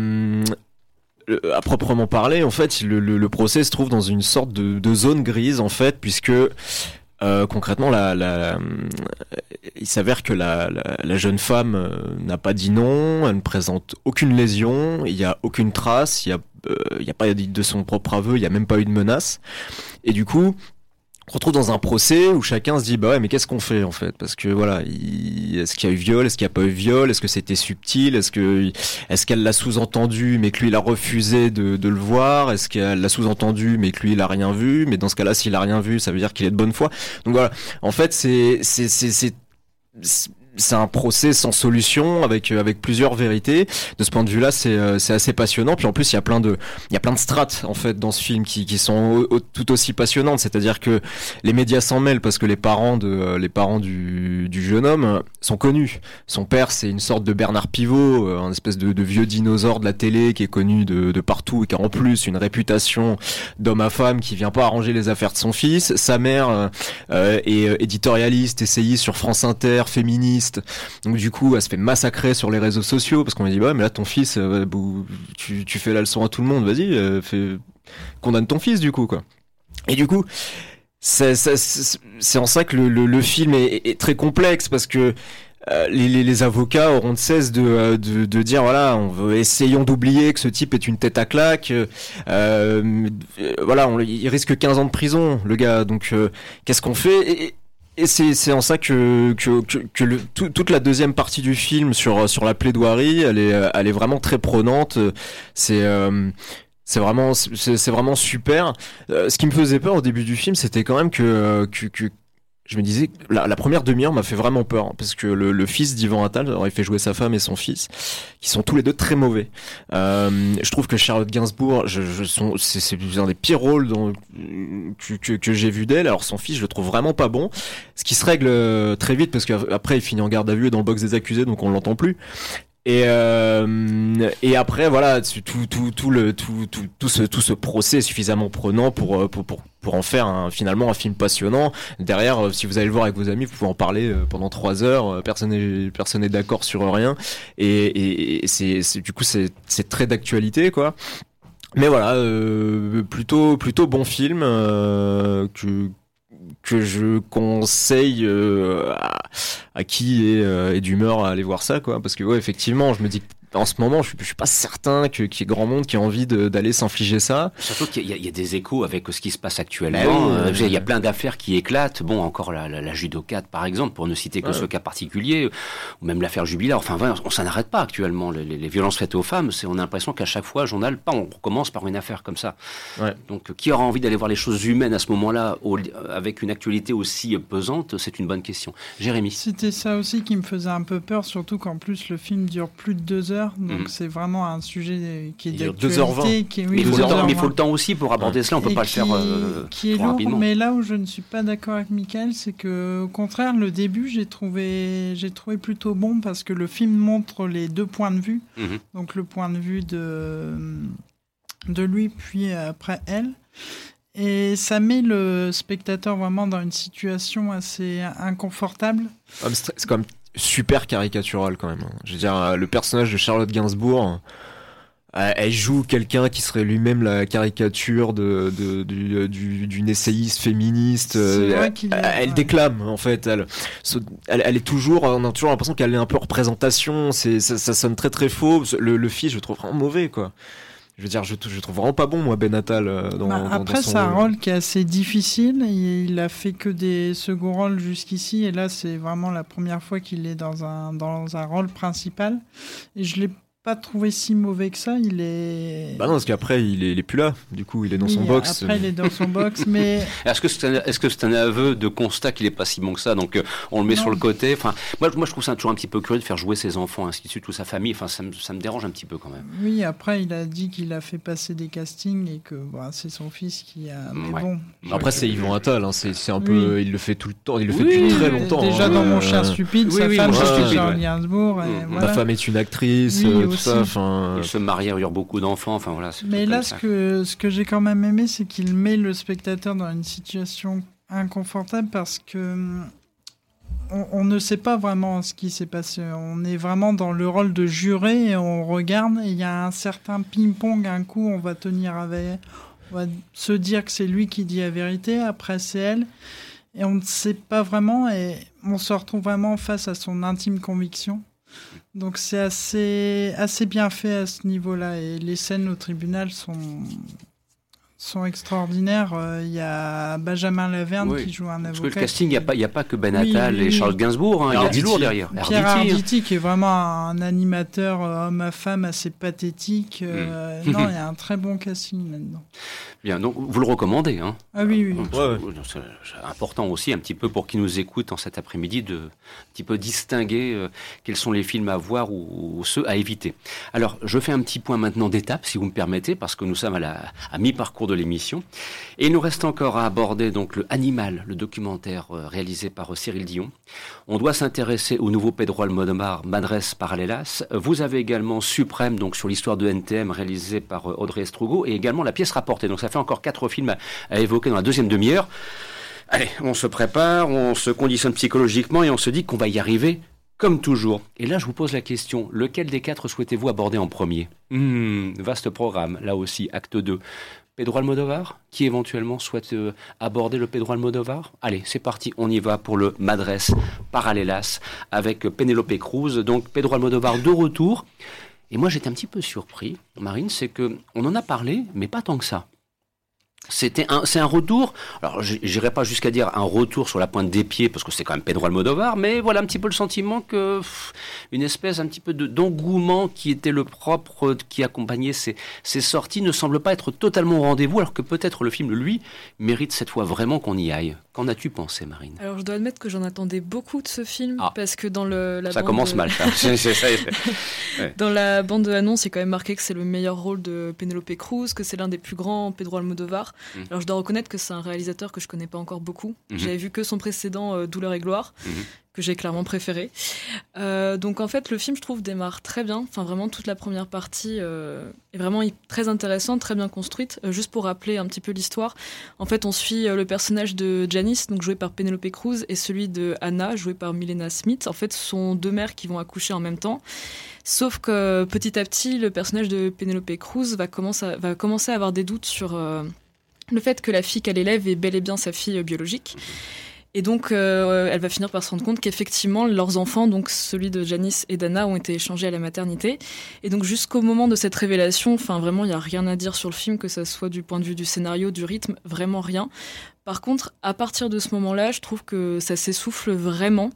à proprement parler, en fait, le procès se trouve dans une sorte de zone grise en fait, puisque concrètement, il s'avère que la jeune femme n'a pas dit non, elle ne présente aucune lésion, il y a aucune trace, il y a pas de son propre aveu, il y a même pas eu de menace, et du coup. On se retrouve dans un procès où chacun se dit bah ouais mais qu'est-ce qu'on fait en fait, parce que voilà, est-ce qu'il y a eu viol, est-ce qu'il n'y a pas eu viol, est-ce que c'était subtil, est-ce qu'elle l'a sous-entendu mais que lui il a refusé de le voir, est-ce qu'elle l'a sous-entendu mais que lui il a rien vu, mais dans ce cas-là s'il a rien vu ça veut dire qu'il est de bonne foi. Donc voilà, en fait c'est un procès sans solution avec plusieurs vérités. De ce point de vue-là, c'est assez passionnant. Puis en plus, il y a plein de strates en fait dans ce film qui sont tout aussi passionnantes. C'est-à-dire que les médias s'en mêlent parce que les parents du jeune homme sont connus. Son père, c'est une sorte de Bernard Pivot, un espèce de vieux dinosaure de la télé qui est connu de partout et qui a en plus une réputation d'homme à femme qui vient pas arranger les affaires de son fils. Sa mère est éditorialiste, essayiste sur France Inter, féministe. Donc du coup, elle se fait massacrer sur les réseaux sociaux parce qu'on lui dit bah mais là ton fils, tu fais la leçon à tout le monde, vas-y, condamne ton fils du coup quoi. Et du coup, c'est en ça que le film est très complexe parce que les avocats auront de cesse de dire voilà, essayons d'oublier que ce type est une tête à claque. Voilà, il risque 15 ans de prison le gars. Donc qu'est-ce qu'on fait? Et c'est en ça que toute la deuxième partie du film sur la plaidoirie, elle est vraiment très prenante. C'est vraiment super. Ce qui me faisait peur au début du film, c'était quand même que je me disais, la première demi-heure m'a fait vraiment peur, parce que le fils d'Yvan Attal aurait fait jouer sa femme et son fils, qui sont tous les deux très mauvais. Je trouve que Charlotte Gainsbourg, c'est un des pires rôles que j'ai vu d'elle. Alors son fils, je le trouve vraiment pas bon, ce qui se règle très vite, parce qu'après il finit en garde à vue et dans le box des accusés, donc on l'entend plus. Et après voilà, tout ce procès est suffisamment prenant pour en faire finalement un film passionnant. Derrière, si vous allez le voir avec vos amis, vous pouvez en parler pendant 3 heures. Personne n'est d'accord sur rien. Et c'est du coup c'est très d'actualité quoi. Mais voilà, plutôt bon film que je conseille à qui est d'humeur à aller voir ça quoi, parce que ouais effectivement je me dis en ce moment, je suis pas certain qu'il y ait grand monde qui a envie d'aller s'infliger ça. Surtout qu'il y a des échos avec ce qui se passe actuellement. Il y a plein d'affaires qui éclatent. Bon, encore la Judo 4, par exemple, pour ne citer que ce cas particulier, ou même l'affaire Jubilard. Enfin, on s'en arrête pas actuellement. Les violences faites aux femmes, on a l'impression qu'à chaque fois, journal, on recommence par une affaire comme ça. Ouais. Donc, qui aura envie d'aller voir les choses humaines à ce moment-là, avec une actualité aussi pesante, c'est une bonne question. Jérémy. C'était ça aussi qui me faisait un peu peur, surtout qu'en plus, le film dure plus de 2 heures. Donc c'est vraiment un sujet qui est d'actualité. 2h20. Mais il faut le temps aussi pour aborder cela, on ne peut pas le faire qui est trop lourd, rapidement. Mais là où je ne suis pas d'accord avec Michael, c'est que au contraire, le début, j'ai trouvé plutôt bon parce que le film montre les 2 points de vue. Donc le point de vue de lui, puis après elle. Et ça met le spectateur vraiment dans une situation assez inconfortable. C'est quand même super caricatural quand même. Je veux dire, le personnage de Charlotte Gainsbourg, elle joue quelqu'un qui serait lui-même la caricature d'une essayiste féministe. Elle déclame en fait. Elle est toujours, on a toujours l'impression qu'elle est un peu en représentation. Ça sonne très très faux. Le fils, je le trouve vraiment mauvais quoi. Je veux dire, je trouve vraiment pas bon, moi, Ben Attal. Après, c'est un rôle qui est assez difficile. Il a fait que des seconds rôles jusqu'ici. Et là, c'est vraiment la première fois qu'il est dans un rôle principal. Et je l'ai pas trouvé si mauvais que ça. Il est... Bah non, parce qu'après, il est plus là. Du coup, il est dans son box. Après, il est dans son box, mais... Est-ce que c'est un aveu de constat qu'il est pas si bon que ça? Donc, on le met sur le côté. Enfin, moi, je trouve ça toujours un petit peu curieux de faire jouer ses enfants, ainsi de suite, toute sa famille. Enfin, ça me dérange un petit peu quand même. Oui, après, il a dit qu'il a fait passer des castings et que c'est son fils qui a... Mais bon... Après, c'est Yvan Attal. Hein. C'est un peu... Il le fait tout le temps. Il le fait depuis très longtemps. Déjà dans Mon Cher Stupide, sa femme, c'est Charlotte Gainsbourg. Ma femme est une actrice, tout ça. Ils se marient, eurent beaucoup d'enfants. Enfin, voilà, mais là, ce que j'ai quand même aimé, c'est qu'il met le spectateur dans une situation inconfortable parce que on ne sait pas vraiment ce qui s'est passé. On est vraiment dans le rôle de juré et on regarde. Et il y a un certain ping-pong. Un coup, on va tenir avec, on va se dire que c'est lui qui dit la vérité. Après, c'est elle. Et on ne sait pas vraiment. Et on se retrouve vraiment face à son intime conviction. Donc c'est assez bien fait à ce niveau-là et les scènes au tribunal sont extraordinaires. Il y a Benjamin Laverne qui joue un avocat. Parce que le casting, il n'y a pas que Ben Attal et Charlotte Gainsbourg, hein, il y a du lourd derrière. Pierre Arditi qui est vraiment un animateur homme à femme assez pathétique. Non, il y a un très bon casting là-dedans. Bien, donc vous le recommandez, hein? Ah oui. C'est important aussi un petit peu pour qui nous écoute en cet après-midi de un petit peu distinguer quels sont les films à voir ou ceux à éviter. Alors, je fais un petit point maintenant d'étape, si vous me permettez, parce que nous sommes à mi-parcours de l'émission. Et il nous reste encore à aborder donc le Animal, le documentaire réalisé par Cyril Dion. On doit s'intéresser au nouveau Pedro Almodóvar, Madres Paralelas. Vous avez également Suprême, donc sur l'histoire de NTM, réalisé par Audrey Estrugo, et également La Pièce rapportée. Donc ça fait encore 4 films à évoquer dans la deuxième demi-heure. Allez, on se prépare, on se conditionne psychologiquement et on se dit qu'on va y arriver comme toujours. Et là, je vous pose la question, lequel des 4 souhaitez-vous aborder en premier? Vaste programme, là aussi, acte 2. Pedro Almodóvar, qui éventuellement souhaite aborder le Pedro Almodóvar? Allez, c'est parti, on y va pour le Madres Paralelas avec Penélope Cruz. Donc Pedro Almodóvar de retour. Et moi, j'étais un petit peu surpris, Marine, c'est qu'on en a parlé, mais pas tant que ça. C'est un retour, alors j'irai pas jusqu'à dire un retour sur la pointe des pieds, parce que c'est quand même Pedro Almodóvar, mais voilà un petit peu le sentiment que une espèce un petit peu d'engouement qui était le propre, qui accompagnait ces sorties, ne semble pas être totalement au rendez-vous, alors que peut-être le film, lui, mérite cette fois vraiment qu'on y aille. Qu'en as-tu pensé, Marine? Alors je dois admettre que j'en attendais beaucoup de ce film, parce que dans la ça commence mal, ça. Ouais. Dans la bande-annonce, il est quand même marqué que c'est le meilleur rôle de Penélope Cruz, que c'est l'un des plus grands Pedro Almodóvar. Alors je dois reconnaître que c'est un réalisateur que je connais pas encore beaucoup. J'avais vu que son précédent Douleur et gloire, que j'ai clairement préféré. Donc en fait le film, je trouve, démarre très bien. Enfin vraiment toute la première partie est vraiment très intéressante, très bien construite. Juste pour rappeler un petit peu l'histoire, en fait on suit le personnage de Janice, donc joué par Penelope Cruz, et celui de Anna, joué par Milena Smith. En fait ce sont deux mères qui vont accoucher en même temps. Sauf que petit à petit, le personnage de Penelope Cruz va commencer à avoir des doutes sur le fait que la fille qu'elle élève est bel et bien sa fille biologique. Et donc, elle va finir par se rendre compte qu'effectivement, leurs enfants, donc celui de Janice et d'Anna, ont été échangés à la maternité. Et donc, jusqu'au moment de cette révélation, enfin vraiment, il n'y a rien à dire sur le film, que ça soit du point de vue du scénario, du rythme, vraiment rien. Par contre, à partir de ce moment-là, je trouve que ça s'essouffle vraiment.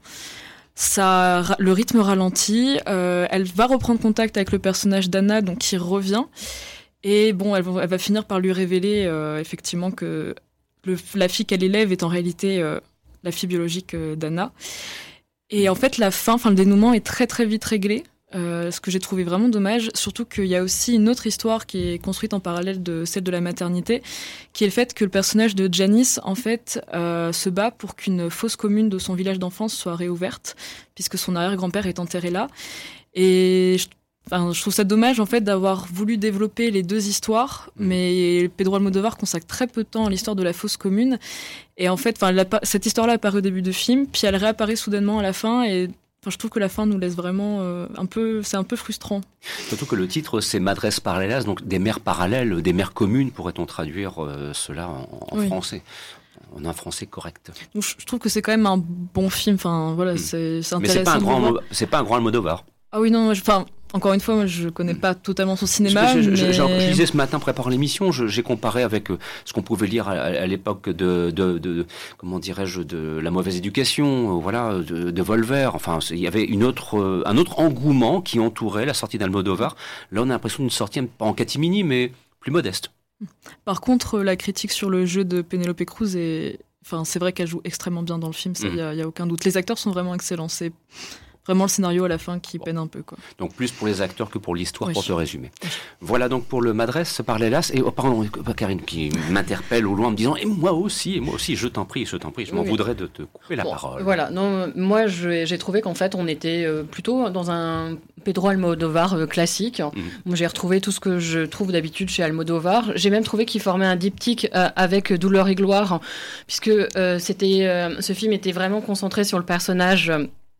Le rythme ralentit, elle va reprendre contact avec le personnage d'Anna, donc qui revient, et bon, elle va finir par lui révéler effectivement que la fille qu'elle élève est en réalité la fille biologique d'Anna. Et en fait, le dénouement est très très vite réglé. Ce que j'ai trouvé vraiment dommage, surtout qu'il y a aussi une autre histoire qui est construite en parallèle de celle de la maternité, qui est le fait que le personnage de Janice, en fait, se bat pour qu'une fosse commune de son village d'enfance soit réouverte, puisque son arrière-grand-père est enterré là. Et je trouve ça dommage, en fait, d'avoir voulu développer les deux histoires, mais Pedro Almodóvar consacre très peu de temps à l'histoire de la fosse commune. Et en fait, cette histoire-là apparaît au début du film, puis elle réapparaît soudainement à la fin, et je trouve que la fin nous laisse vraiment c'est un peu frustrant. Surtout que le titre, c'est Madres Paralelas, donc des mères parallèles, des mères communes, pourrait-on traduire cela en français, en un français correct. Donc, je trouve que c'est quand même un bon film. Enfin voilà, c'est intéressant. Mais c'est pas un grand Almodóvar. Ah oui, non, encore une fois, moi, je connais pas totalement son cinéma. Je disais ce matin, préparant l'émission, j'ai comparé avec ce qu'on pouvait lire à l'époque de comment dirais-je, de La mauvaise éducation, voilà, de Volver. Enfin, il y avait un autre engouement qui entourait la sortie d'Almodóvar. Là, on a l'impression d'une sortie pas en catimini, mais plus modeste. Par contre, la critique sur le jeu de Penelope Cruz c'est vrai qu'elle joue extrêmement bien dans le film. Il y a aucun doute. Les acteurs sont vraiment excellents. C'est vraiment le scénario à la fin qui peine un peu, quoi. Donc plus pour les acteurs que pour l'histoire, pour te résumer. Voilà donc pour le Madres Paralelas. Et pardon, Karine qui m'interpelle au loin en me disant « Et moi aussi, je t'en prie, je m'en voudrais de te couper la parole. » Voilà, non, moi j'ai trouvé qu'en fait on était plutôt dans un Pedro Almodóvar classique. Moi, j'ai retrouvé tout ce que je trouve d'habitude chez Almodóvar. J'ai même trouvé qu'il formait un diptyque avec Douleur et gloire, puisque ce film était vraiment concentré sur le personnage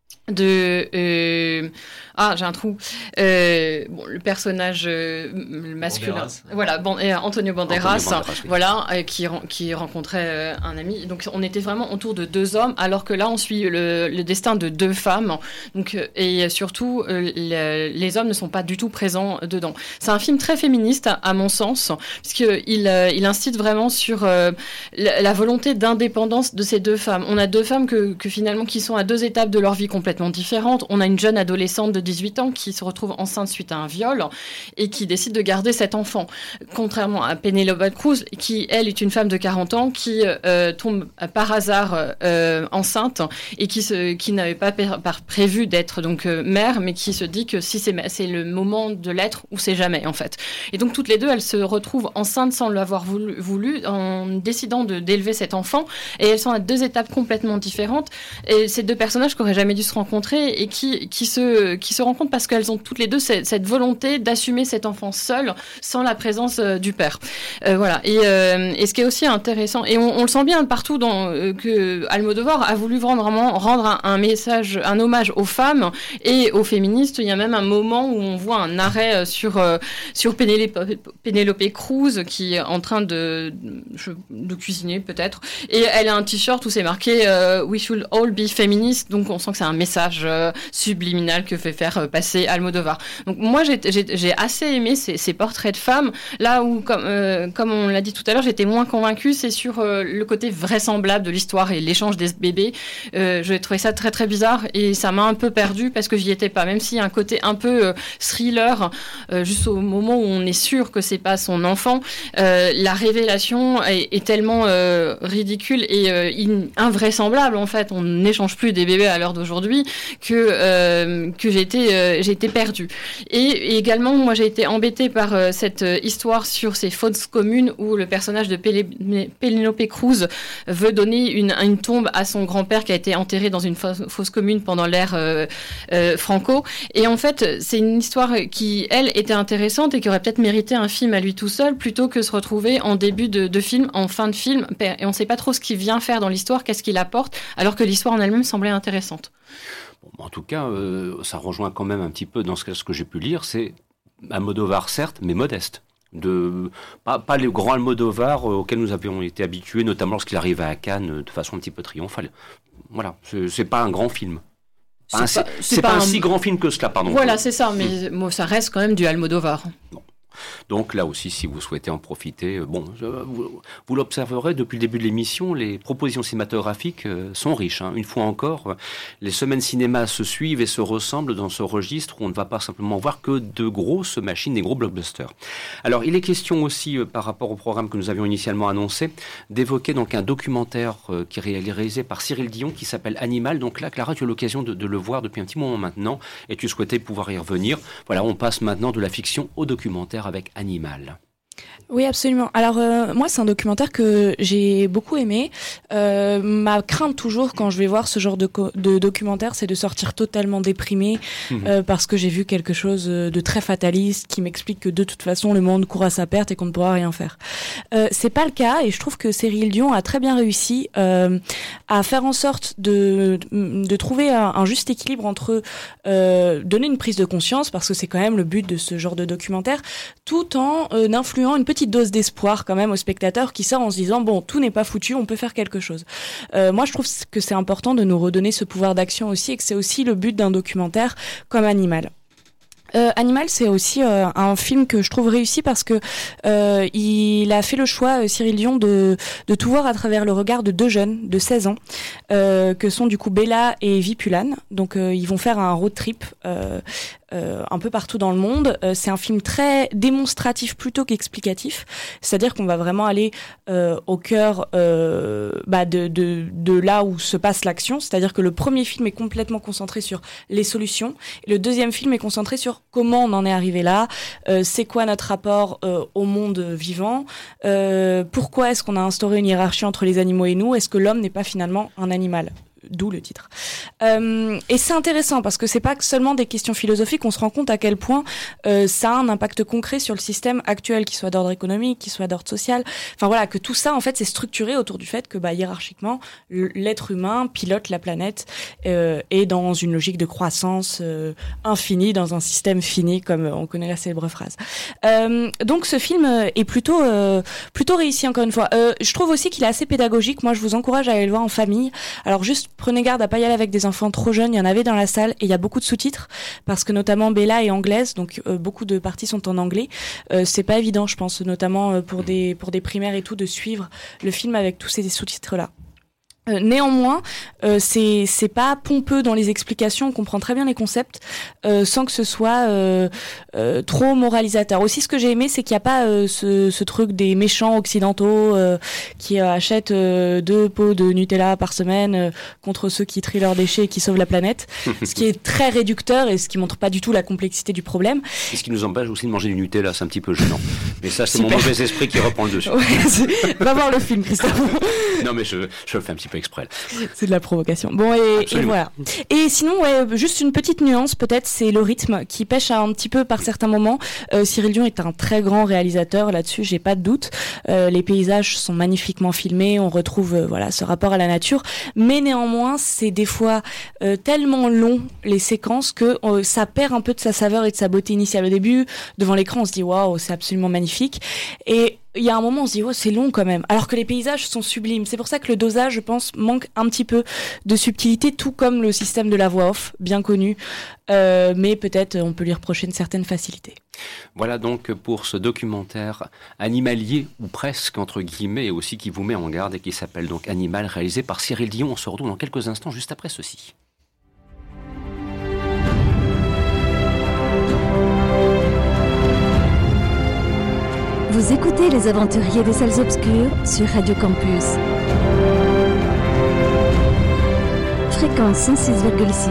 j'ai un trou. Le personnage masculin. Banderas. Voilà, Antonio Banderas, voilà, qui rencontrait un ami. Donc on était vraiment autour de deux hommes, alors que là on suit le destin de deux femmes. Donc et surtout les hommes ne sont pas du tout présents dedans. C'est un film très féministe à mon sens, puisqu'il incite vraiment sur la volonté d'indépendance de ces deux femmes. On a deux femmes que finalement qui sont à deux étapes de leur vie complètement différentes. On a une jeune adolescente de 18 ans qui se retrouve enceinte suite à un viol et qui décide de garder cet enfant. Contrairement à Penelope Cruz, qui, elle, est une femme de 40 ans qui tombe par hasard enceinte et qui n'avait pas prévu d'être donc mère, mais qui se dit que si c'est le moment de l'être ou c'est jamais, en fait. Et donc, toutes les deux, elles se retrouvent enceintes sans l'avoir voulu en décidant d'élever cet enfant. Et elles sont à deux étapes complètement différentes. Et ces deux personnages qui n'auraient jamais dû se rencontrer et qui se rencontrent parce qu'elles ont toutes les deux cette volonté d'assumer cet enfant seul, sans la présence du père. Voilà. Et ce qui est aussi intéressant, et on le sent bien partout que Almodóvar a voulu rendre un message, un hommage aux femmes et aux féministes. Il y a même un moment où on voit un arrêt sur Penelope Cruz qui est en train de cuisiner peut-être, et elle a un t-shirt où c'est marqué We should all be feminists. Donc on sent que c'est un message subliminal que fait faire passer Almodóvar. Donc moi j'ai assez aimé ces portraits de femmes. Là où comme on l'a dit tout à l'heure, j'étais moins convaincue, c'est sur le côté vraisemblable de l'histoire et l'échange des bébés. J'ai trouvé ça très très bizarre et ça m'a un peu perdue parce que j'y étais pas, même s'il y a un côté un peu thriller juste au moment où on est sûr que c'est pas son enfant. La révélation est tellement ridicule et invraisemblable, en fait. On n'échange plus des bébés à l'heure d'aujourd'hui compris que j'ai été perdue. Et également, moi, j'ai été embêtée par cette histoire sur ces fausses communes où le personnage de Penélope Cruz veut donner une tombe à son grand-père qui a été enterré dans une fosse commune pendant l'ère Franco. Et en fait, c'est une histoire qui, elle, était intéressante et qui aurait peut-être mérité un film à lui tout seul, plutôt que se retrouver en début de film, en fin de film, et on ne sait pas trop ce qu'il vient faire dans l'histoire, qu'est-ce qu'il apporte, alors que l'histoire en elle-même semblait intéressante. Bon, en tout cas, ça rejoint quand même un petit peu dans ce que j'ai pu lire, c'est Almodovar, certes, mais modeste. Pas les grands Almodovar auxquels nous avions été habitués, notamment lorsqu'il arrivait à Cannes de façon un petit peu triomphale. Voilà, c'est pas un grand film. C'est pas un si grand film que cela, pardon. Voilà, c'est ça, mais ça reste quand même du Almodovar. Bon. Donc là aussi, si vous souhaitez en profiter, vous l'observerez depuis le début de l'émission, les propositions cinématographiques sont riches. Une fois encore, les semaines cinéma se suivent et se ressemblent dans ce registre où on ne va pas simplement voir que de grosses machines, des gros blockbusters. Alors, il est question aussi, par rapport au programme que nous avions initialement annoncé, d'évoquer donc un documentaire qui est réalisé par Cyril Dion qui s'appelle Animal. Donc là, Clara, tu as l'occasion de le voir depuis un petit moment maintenant et tu souhaitais pouvoir y revenir. Voilà, on passe maintenant de la fiction au documentaire avec Animal. Oui, absolument. Alors, moi, c'est un documentaire que j'ai beaucoup aimé. Ma crainte toujours quand je vais voir ce genre de documentaire, c'est de sortir totalement déprimée parce que j'ai vu quelque chose de très fataliste qui m'explique que de toute façon, le monde court à sa perte et qu'on ne pourra rien faire. C'est pas le cas et je trouve que Cyril Dion a très bien réussi à faire en sorte de trouver un juste équilibre entre donner une prise de conscience, parce que c'est quand même le but de ce genre de documentaire, tout en influant une petite dose d'espoir quand même au spectateur qui sort en se disant bon, tout n'est pas foutu, on peut faire quelque chose. Moi, je trouve que c'est important de nous redonner ce pouvoir d'action aussi, et que c'est aussi le but d'un documentaire comme Animal. Animal, c'est aussi un film que je trouve réussi parce que il a fait le choix, Cyril Dion, de tout voir à travers le regard de deux jeunes de 16 ans, que sont du coup Bella et Vipulane. Donc ils vont faire un road trip un peu partout dans le monde. C'est un film très démonstratif plutôt qu'explicatif, c'est-à-dire qu'on va vraiment aller au cœur de là où se passe l'action, c'est-à-dire que le premier film est complètement concentré sur les solutions, et le deuxième film est concentré sur comment on en est arrivé là, c'est quoi notre rapport au monde vivant, pourquoi est-ce qu'on a instauré une hiérarchie entre les animaux et nous, est-ce que l'homme n'est pas finalement un animal ? D'où le titre. Et c'est intéressant parce que c'est pas seulement des questions philosophiques, on se rend compte à quel point ça a un impact concret sur le système actuel, qu'il soit d'ordre économique, qu'il soit d'ordre social. Enfin voilà, que tout ça en fait c'est structuré autour du fait que hiérarchiquement l'être humain pilote la planète et dans une logique de croissance infinie dans un système fini, comme on connaît la célèbre phrase. Donc ce film est plutôt réussi encore une fois. Je trouve aussi qu'il est assez pédagogique. Moi je vous encourage à aller le voir en famille. Alors juste prenez garde à pas y aller avec des enfants trop jeunes. Il y en avait dans la salle et il y a beaucoup de sous-titres parce que notamment Bella est anglaise, donc beaucoup de parties sont en anglais. C'est pas évident, je pense, notamment pour des primaires et tout, de suivre le film avec tous ces sous-titres-là. Néanmoins, c'est pas pompeux dans les explications, on comprend très bien les concepts sans que ce soit trop moralisateur. Aussi, ce que j'ai aimé, c'est qu'il n'y a pas ce truc des méchants occidentaux qui achètent 2 pots de Nutella par semaine contre ceux qui trient leurs déchets et qui sauvent la planète, ce qui est très réducteur et ce qui montre pas du tout la complexité du problème. Et ce qui nous empêche aussi de manger du Nutella, c'est un petit peu gênant. Mais ça, c'est mon mauvais esprit qui reprend le dessus. Ouais, va voir le film, Christophe. Non, mais je le fais un petit peu exprès. C'est de la provocation. Bon, et voilà. Et sinon, juste une petite nuance, peut-être, c'est le rythme qui pêche un petit peu par certains moments. Cyril Dion est un très grand réalisateur, là-dessus, j'ai pas de doute. Les paysages sont magnifiquement filmés, on retrouve ce rapport à la nature, mais néanmoins, c'est des fois tellement long, les séquences, que ça perd un peu de sa saveur et de sa beauté initiale. Au début, devant l'écran, on se dit waouh, c'est absolument magnifique. Et il y a un moment, on se dit, c'est long quand même. Alors que les paysages sont sublimes. C'est pour ça que le dosage, je pense, manque un petit peu de subtilité, tout comme le système de la voix off, bien connu. Mais peut-être on peut lui reprocher une certaine facilité. Voilà donc pour ce documentaire animalier, ou presque, entre guillemets, et aussi qui vous met en garde et qui s'appelle donc Animal, réalisé par Cyril Dion. On se retrouve dans quelques instants, juste après ceci. Vous écoutez Les Aventuriers des Salles Obscures sur Radio Campus. Fréquence 106,6.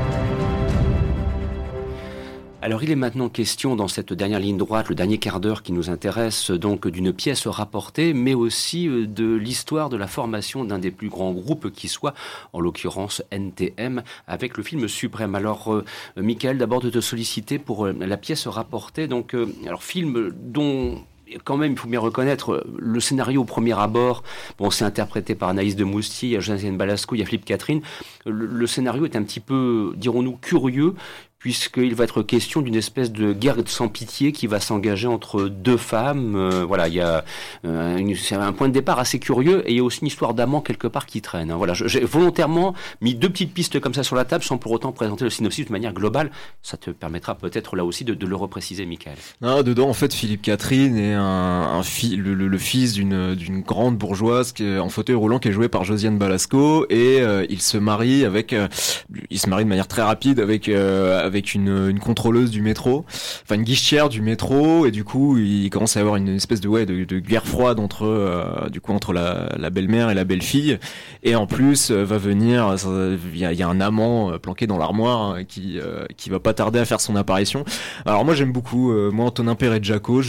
Alors il est maintenant question dans cette dernière ligne droite, le dernier quart d'heure qui nous intéresse, donc d'une pièce rapportée, mais aussi de l'histoire de la formation d'un des plus grands groupes qui soit, en l'occurrence NTM, avec le film Suprême. Alors Michael, d'abord de te solliciter pour la pièce rapportée, donc alors film dont... Quand même, il faut bien reconnaître, le scénario au premier abord, bon, c'est interprété par Anaïs de Moustier, il y a Josiane Balasco, il y a Philippe Catherine. Le scénario est un petit peu, dirons-nous, curieux, puisqu'il va être question d'une espèce de guerre sans pitié qui va s'engager entre deux femmes. Voilà, il y a c'est un point de départ assez curieux, et il y a aussi une histoire d'amant quelque part qui traîne. Hein. Voilà, j'ai volontairement mis deux petites pistes comme ça sur la table, sans pour autant présenter le synopsis de manière globale. Ça te permettra peut-être là aussi de le repréciser, Michael. Non, dedans, en fait, Philippe Catherine est le fils d'une grande bourgeoise qui est en fauteuil roulant, qui est joué par Josiane Balasco, et il se marie de manière très rapide avec une contrôleuse du métro, enfin une guichetière du métro, et du coup il commence à y avoir une espèce de guerre froide entre la belle-mère et la belle-fille, et en plus va venir, il y a un amant planqué dans l'armoire qui va pas tarder à faire son apparition. Alors moi j'aime beaucoup, moi Antonin Perret-Jacot,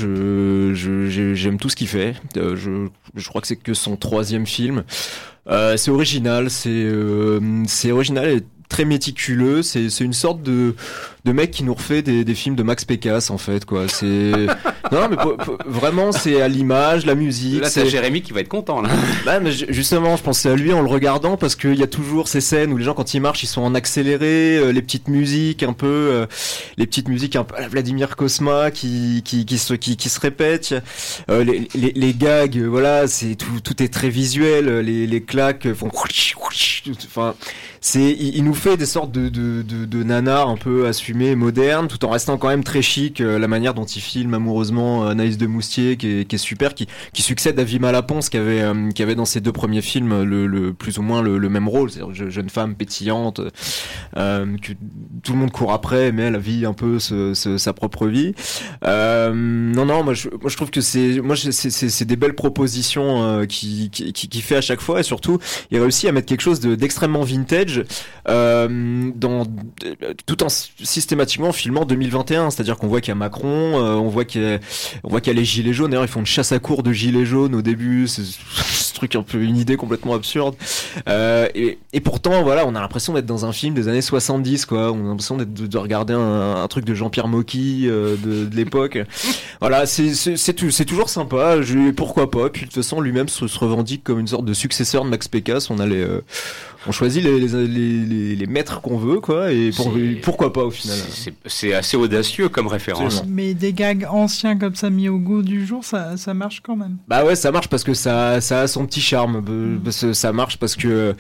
j'aime tout ce qu'il fait, je crois que c'est que son 3e film. C'est original, c'est original et très méticuleux, c'est une sorte de mec qui nous refait des films de Max Pécasse en fait, quoi. C'est non mais vraiment c'est à l'image, la musique. Là c'est Jérémy qui va être content là. Bah, mais justement je pensais à lui en le regardant, parce qu'il y a toujours ces scènes où les gens quand ils marchent ils sont en accéléré, les petites musiques un peu à la Vladimir Cosma qui se répètent, les gags, voilà, c'est tout est très visuel, les claques font enfin il nous fait des sortes de nanars un peu assumés, modernes, tout en restant quand même très chic. La manière dont il filme amoureusement Anaïs de Moustier, qui est super, qui succède à Vima Laponce, qui avait dans ses 2 premiers films le plus ou moins le même rôle, c'est-à-dire jeune femme pétillante, que tout le monde court après, mais elle vit un peu sa propre vie. Non, moi je trouve que c'est des belles propositions qui fait à chaque fois, et surtout il réussit à mettre quelque chose d'extrêmement vintage, tout en systématiquement filmant 2021, c'est-à-dire qu'on voit qu'il y a Macron, on voit qu'il y a les gilets jaunes. D'ailleurs ils font une chasse à courre de gilets jaunes au début, c'est ce truc un peu, une idée complètement absurde, et pourtant voilà, on a l'impression d'être dans un film des années 70, quoi. On a l'impression de regarder un truc de Jean-Pierre Mocky de l'époque. Voilà, c'est toujours sympa, pourquoi pas. Puis de toute façon lui-même se revendique comme une sorte de successeur de Max Pécasse. On choisit les maîtres qu'on veut, quoi, et pourquoi pas au final. C'est assez audacieux comme référence. Absolument. Mais des gags anciens comme ça mis au goût du jour, ça marche quand même. Bah ouais, ça marche parce que ça a son petit charme. Ça marche parce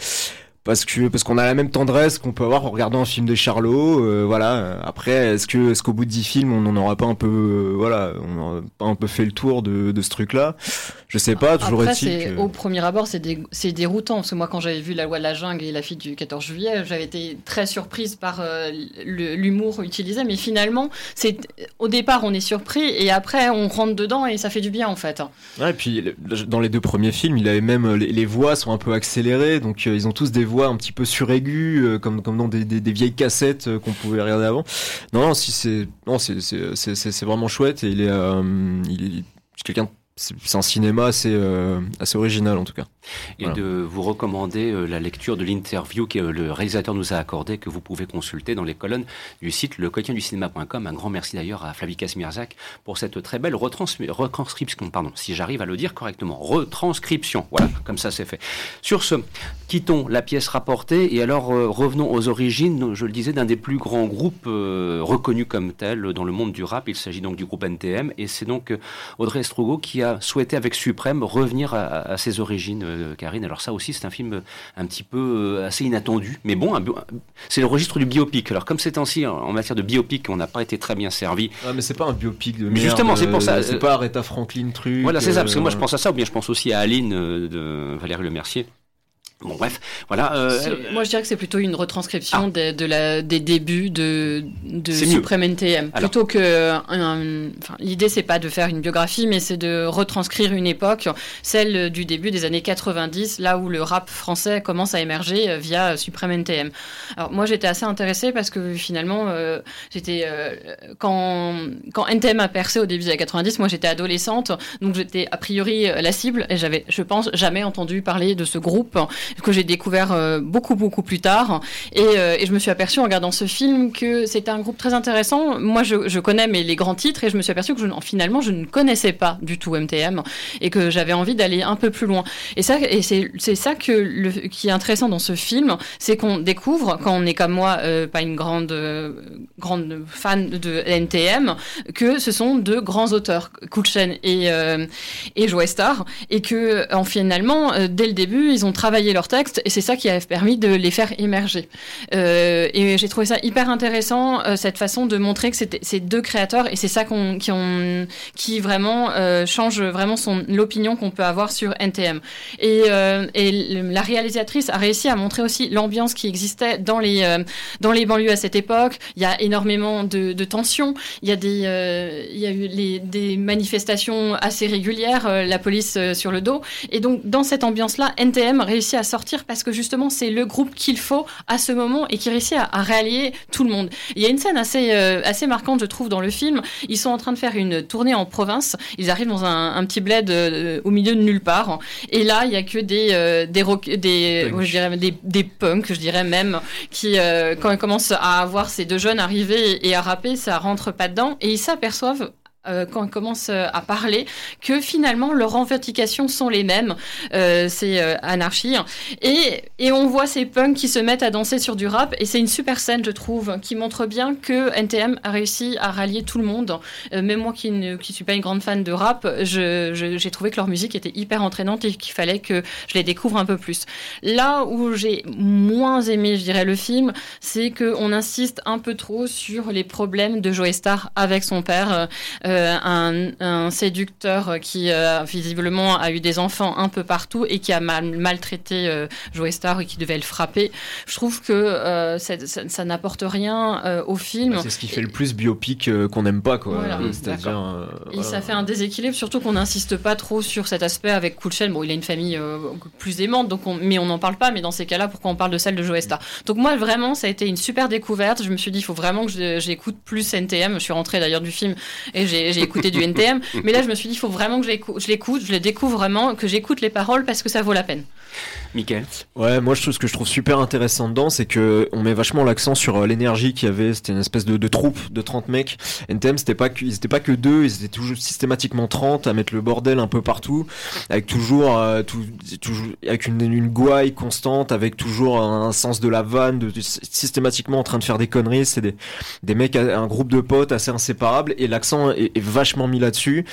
qu'on a la même tendresse qu'on peut avoir en regardant un film des Charlots, voilà. Après, est-ce qu'au bout de 10 films, on n'en aura pas un peu, on n'aura pas un peu fait le tour de ce truc-là? Je sais pas, toujours est-il. Au premier abord, c'est déroutant, parce que moi, quand j'avais vu La Loi de la Jungle et La Fille du 14 juillet, j'avais été très surprise par l'humour utilisé, mais finalement, au départ, on est surpris, et après, on rentre dedans, et ça fait du bien, en fait. Ouais, et puis, dans les 2 premiers films, il avait même, les voix sont un peu accélérées, donc ils ont tous des voix un petit peu suraiguës, comme dans des vieilles cassettes qu'on pouvait regarder avant. Non, c'est vraiment chouette, et il est quelqu'un. C'est un cinéma assez original en tout cas. Et voilà. De vous recommander la lecture de l'interview que le réalisateur nous a accordée, que vous pouvez consulter dans les colonnes du site lequotidienducinéma.com. Un grand merci d'ailleurs à Flavie Kazmierzak pour cette très belle retranscription, si j'arrive à le dire correctement. Retranscription, voilà, comme ça c'est fait. Sur ce, quittons la pièce rapportée et alors revenons aux origines, je le disais, d'un des plus grands groupes reconnus comme tel dans le monde du rap. Il s'agit donc du groupe NTM, et c'est donc Audrey Estrugo qui a souhaité avec Suprême revenir à ses origines, Karine. Alors ça aussi c'est un film un petit peu assez inattendu, mais bon, c'est le registre du biopic. Alors comme ces temps-ci en matière de biopic, on n'a pas été très bien servi. Ah, mais c'est pas un biopic de merde. Justement, c'est pour ça. C'est pas Aretha Franklin truc. Voilà, c'est ça, parce que moi je pense à ça, ou bien je pense aussi à Aline de Valérie Lemercier. Bon, bref, voilà. Moi, je dirais que c'est plutôt une retranscription des débuts de Supreme NTM. Plutôt que. L'idée, c'est pas de faire une biographie, mais c'est de retranscrire une époque, celle du début des années 90, là où le rap français commence à émerger via Supreme NTM. Alors, moi, j'étais assez intéressée parce que finalement, quand NTM a percé au début des années 90, moi, j'étais adolescente, donc j'étais a priori la cible et j'avais, je pense, jamais entendu parler de ce groupe que j'ai découvert beaucoup plus tard et je me suis aperçue en regardant ce film que c'était un groupe très intéressant. Moi je connais les grands titres et je me suis aperçue que finalement je ne connaissais pas du tout NTM et que j'avais envie d'aller un peu plus loin et c'est ça qui est intéressant dans ce film, c'est qu'on découvre, quand on est comme moi pas une grande fan de NTM, que ce sont deux grands auteurs, Kool Chain et Joey Starr, et que finalement dès le début ils ont travaillé leur texte et c'est ça qui a permis de les faire émerger. Et j'ai trouvé ça hyper intéressant, cette façon de montrer que c'était ces deux créateurs et c'est ça qui vraiment change vraiment l'opinion qu'on peut avoir sur NTM. Et la réalisatrice a réussi à montrer aussi l'ambiance qui existait dans les banlieues à cette époque. Il y a énormément de tensions. Il y a eu des manifestations assez régulières, la police sur le dos. Et donc dans cette ambiance-là, NTM réussit à sortir parce que justement c'est le groupe qu'il faut à ce moment et qui réussit à rallier tout le monde. Il y a une scène assez marquante, je trouve, dans le film. Ils sont en train de faire une tournée en province. Ils arrivent dans un petit bled au milieu de nulle part. Et là, il y a que des punks, je dirais même, qui quand ils commencent à voir ces deux jeunes arriver et à rapper, ça rentre pas dedans. Et ils s'aperçoivent quand ils commencent à parler, que finalement leurs revendications sont les mêmes, c'est anarchie, et on voit ces punks qui se mettent à danser sur du rap, et c'est une super scène, je trouve, qui montre bien que NTM a réussi à rallier tout le monde. Même moi qui suis pas une grande fan de rap, j'ai trouvé que leur musique était hyper entraînante et qu'il fallait que je les découvre un peu plus. Là où j'ai moins aimé, je dirais, le film, c'est qu'on insiste un peu trop sur les problèmes de Joey Starr avec son père, un séducteur qui visiblement a eu des enfants un peu partout et qui a maltraité Joey Starr et qui devait le frapper. Je trouve que ça n'apporte rien au film. C'est ce qui fait le plus biopic qu'on n'aime pas, quoi. Voilà, c'est-à-dire, et ça fait un déséquilibre, surtout qu'on n'insiste pas trop sur cet aspect avec Kool Chain. Bon, il a une famille plus aimante, donc mais on n'en parle pas. Mais dans ces cas-là, pourquoi on parle de celle de Joey Starr? Donc moi, vraiment, ça a été une super découverte. Je me suis dit, il faut vraiment que j'écoute plus NTM. Je suis rentrée d'ailleurs du film et j'ai écouté du NTM, mais là je me suis dit il faut vraiment que je l'écoute, je le découvre vraiment, que j'écoute les paroles parce que ça vaut la peine. Mickaël? Ouais, moi ce que je trouve super intéressant dedans, c'est que on met vachement l'accent sur l'énergie qu'il y avait. C'était une espèce de troupe de 30 mecs. NTM, ils étaient pas que deux, ils étaient toujours systématiquement 30 à mettre le bordel un peu partout, avec toujours avec une gouaille constante, avec toujours un sens de la vanne, systématiquement en train de faire des conneries. C'est des mecs, un groupe de potes assez inséparables, et l'accent est vachement mis là-dessus.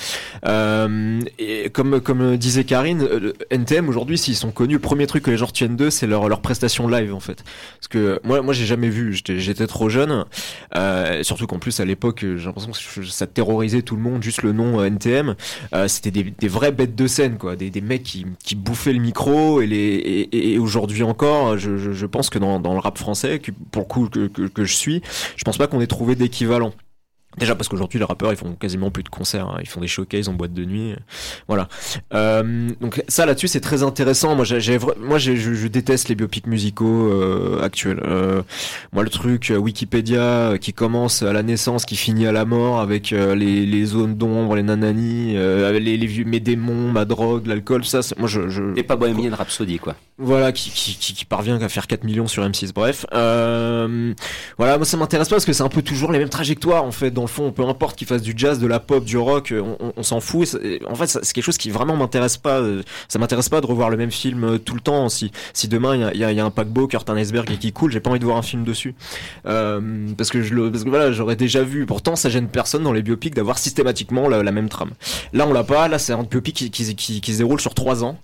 Et comme disait Karine, NTM aujourd'hui, s'ils sont connus, le premier truc que les gens retiennent d'eux, c'est leur prestation live, en fait. Parce que moi j'ai jamais vu, j'étais trop jeune, surtout qu'en plus à l'époque j'ai l'impression que ça terrorisait tout le monde, juste le nom NTM. C'était des vraies bêtes de scène, quoi, des mecs qui bouffaient le micro, et aujourd'hui encore, je pense que dans le rap français, pour le coup que je suis, je pense pas qu'on ait trouvé d'équivalent. Déjà parce qu'aujourd'hui les rappeurs ils font quasiment plus de concerts, hein. Ils font des showcases en boîte de nuit, voilà. Donc ça là-dessus c'est très intéressant. Moi je déteste les biopics musicaux actuels. Moi le truc Wikipédia qui commence à la naissance, qui finit à la mort avec les zones d'ombre, les nananis, les vieux, mes démons, ma drogue, l'alcool, ça moi je et pas Bohemian Rhapsody, quoi. Voilà, qui parvient à faire 4 millions sur M6, bref. Voilà, moi ça m'intéresse pas parce que c'est un peu toujours les mêmes trajectoires, en fait, dans le fond, peu importe qu'ils fassent du jazz, de la pop, du rock, on s'en fout. En fait, c'est quelque chose qui vraiment m'intéresse pas. Ça m'intéresse pas de revoir le même film tout le temps. Si demain il y a un paquebot, Kurt Iceberg et qui coule, j'ai pas envie de voir un film dessus. Parce que voilà, j'aurais déjà vu. Pourtant, ça gêne personne dans les biopics d'avoir systématiquement la même trame. Là, on l'a pas. Là, c'est un biopic qui se déroule sur 3 ans.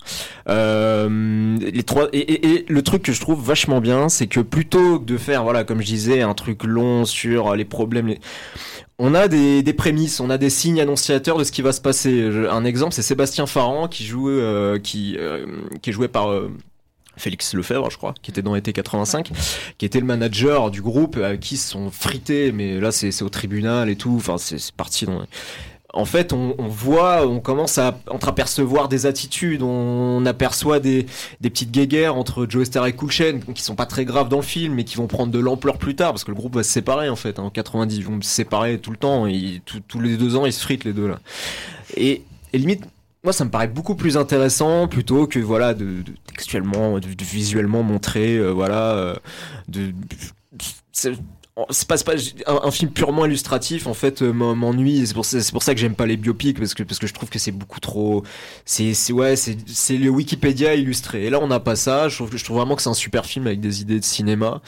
Et le truc que je trouve vachement bien, c'est que plutôt que de faire, voilà, comme je disais, un truc long sur les problèmes, on a des prémices, on a des signes annonciateurs de ce qui va se passer. Un exemple, c'est Sébastien Farran qui est joué par Félix Lefebvre, je crois, qui était dans Été 85, qui était le manager du groupe, avec qui ils se sont frités, mais là c'est au tribunal et tout, enfin c'est parti dans... En fait, on commence à entreapercevoir des attitudes, on aperçoit des petites guéguerres entre Joe Star et Cool Chain, qui sont pas très graves dans le film, mais qui vont prendre de l'ampleur plus tard, parce que le groupe va se séparer, en fait. En 90, ils vont se séparer tout le temps, tous les 2 ans, ils se fritent, les deux, là. Et limite, moi, ça me paraît beaucoup plus intéressant, plutôt que, voilà, de textuellement, de visuellement montrer, c'est pas un film purement illustratif, en fait, m'ennuie. C'est pour ça que j'aime pas les biopics, parce que je trouve que c'est beaucoup trop, c'est le Wikipédia illustré. Et là, on n'a pas ça. Je trouve vraiment que c'est un super film avec des idées de cinéma,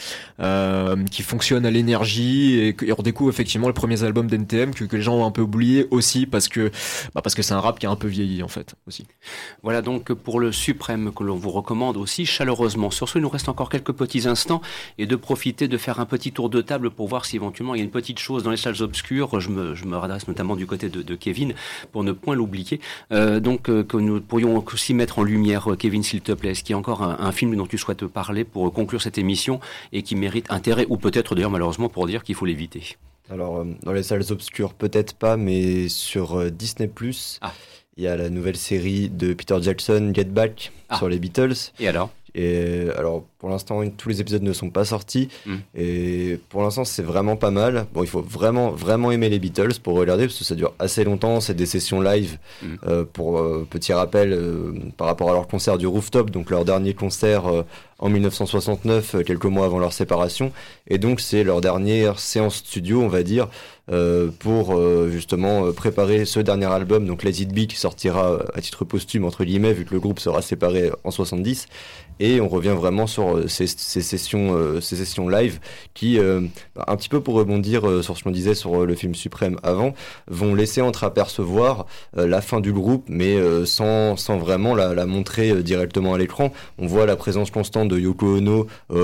qui fonctionne à l'énergie, et on découvre effectivement les premiers albums d'NTM que les gens ont un peu oublié aussi, parce que c'est un rap qui a un peu vieilli, en fait, aussi. Voilà donc pour le suprême que l'on vous recommande aussi chaleureusement. Sur ce, il nous reste encore quelques petits instants, et de profiter de faire un petit tour de table pour voir si éventuellement il y a une petite chose dans les salles obscures. Je me redresse notamment du côté de Kevin pour ne point l'oublier. Que nous pourrions aussi mettre en lumière, Kevin, s'il te plaît, est-ce qu'il y a encore un film dont tu souhaites parler pour conclure cette émission et qui mérite intérêt, ou peut-être d'ailleurs malheureusement pour dire qu'il faut l'éviter? Alors, dans les salles obscures, peut-être pas, mais sur Disney+, il y a la nouvelle série de Peter Jackson, Get Back, sur les Beatles. Et alors ? Et alors, pour l'instant, tous les épisodes ne sont pas sortis. Et pour l'instant, c'est vraiment pas mal. Bon, il faut vraiment, vraiment aimer les Beatles pour regarder, parce que ça dure assez longtemps. C'est des sessions live. Pour petit rappel, par rapport à leur concert du Rooftop, donc leur dernier concert en 1969, quelques mois avant leur séparation. Et donc, c'est leur dernière séance studio, on va dire, pour justement préparer ce dernier album, donc Let It Be, qui sortira à titre posthume, entre guillemets, vu que le groupe sera séparé en 70. Et on revient vraiment sur ces sessions live qui, un petit peu pour rebondir sur ce qu'on disait sur le film Suprême avant, vont laisser entreapercevoir la fin du groupe, mais sans vraiment la montrer directement à l'écran. On voit la présence constante de Yoko Ono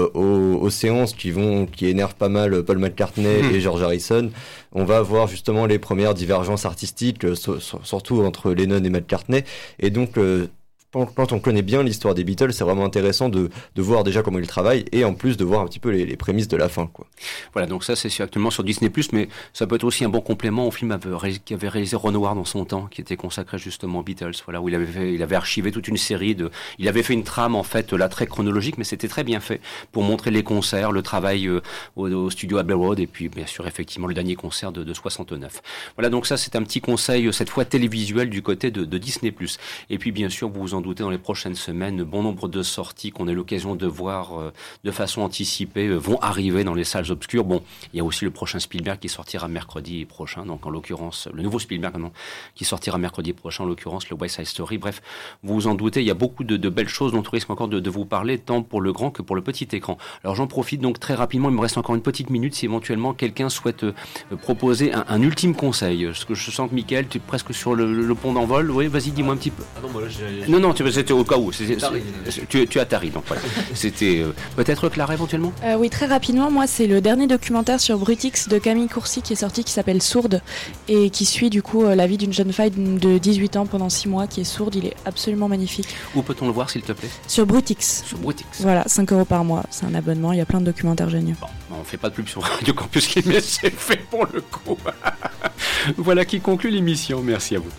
aux séances qui énervent pas mal Paul McCartney et George Harrison. On va voir justement les premières divergences artistiques, surtout entre Lennon et McCartney. Et donc, quand on connaît bien l'histoire des Beatles, c'est vraiment intéressant de voir déjà comment ils travaillent, et en plus de voir un petit peu les prémices de la fin, quoi. Voilà, donc ça c'est actuellement sur Disney+, mais ça peut être aussi un bon complément au film qu'avait réalisé Ron Howard dans son temps, qui était consacré justement aux Beatles, voilà, où il avait archivé toute une série il avait fait une trame en fait là très chronologique, mais c'était très bien fait pour montrer les concerts, le travail au studio Abbey Road, et puis bien sûr effectivement le dernier concert de 69. Voilà, donc ça c'est un petit conseil cette fois télévisuel du côté de Disney+. Et puis bien sûr vous vous en doutez, dans les prochaines semaines, bon nombre de sorties qu'on a l'occasion de voir de façon anticipée vont arriver dans les salles obscures. Bon, il y a aussi le prochain Spielberg qui sortira mercredi prochain, donc en l'occurrence, le nouveau Spielberg qui sortira mercredi prochain, en l'occurrence le West Side Story. Bref, vous vous en doutez, il y a beaucoup de belles choses dont on risque encore de vous parler, tant pour le grand que pour le petit écran. Alors j'en profite donc très rapidement, il me reste encore une petite minute, si éventuellement quelqu'un souhaite proposer un ultime conseil. Parce que je sens que Mickaël, tu es presque sur le pont d'envol. Oui, vas-y, dis-moi un petit peu. Ah non, moi là, Non, c'était au cas où. Tu as tari, donc voilà. C'était peut-être Clara éventuellement. Oui, très rapidement, moi c'est le dernier documentaire sur Brutix de Camille Courcy qui est sorti, qui s'appelle Sourde, et qui suit du coup la vie d'une jeune femme de 18 ans pendant 6 mois qui est sourde. Il est absolument magnifique. Où peut-on le voir, s'il te plaît? Sur Brutix. Sur Brutix. Voilà, 5 € par mois, c'est un abonnement, il y a plein de documentaires géniaux. Bon, on fait pas de pub sur Radio Campus, mais c'est fait pour le coup. Voilà qui conclut l'émission, merci à vous.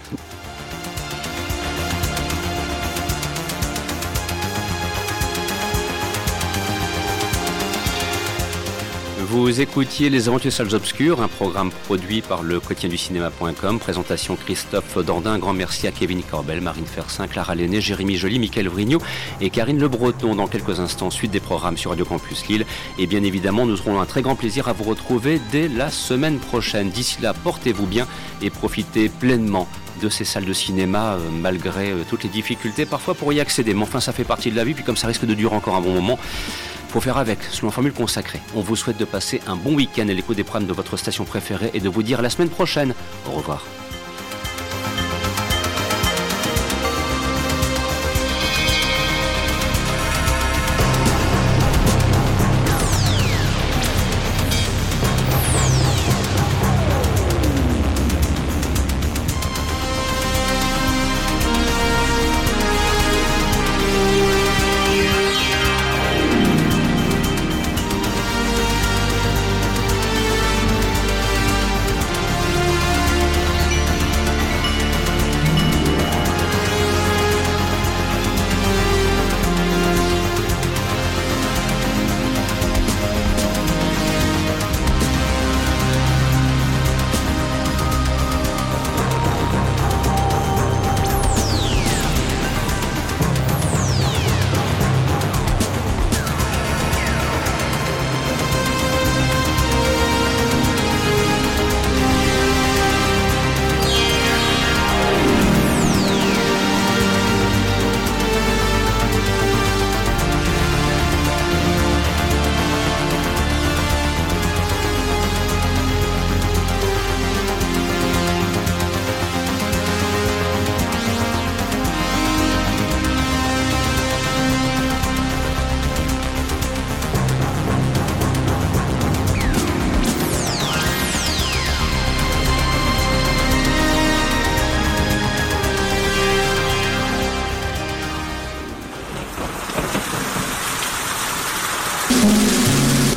Vous écoutiez Les Aventures Salles Obscures, un programme produit par le quotidienducinéma.com. Présentation Christophe Dordain. Un grand merci à Kevin Corbel, Marine Fersin, Clara Lenné, Jérémy Joly, Mickaël Vrignot et Karine Le Breton. Dans quelques instants, suite des programmes sur Radio Campus Lille. Et bien évidemment, nous aurons un très grand plaisir à vous retrouver dès la semaine prochaine. D'ici là, portez-vous bien et profitez pleinement de ces salles de cinéma, malgré toutes les difficultés parfois pour y accéder. Mais enfin, ça fait partie de la vie, puis comme ça risque de durer encore un bon moment, faut faire avec, selon une formule consacrée. On vous souhaite de passer un bon week-end à l'écoute des programmes de votre station préférée et de vous dire à la semaine prochaine. Au revoir.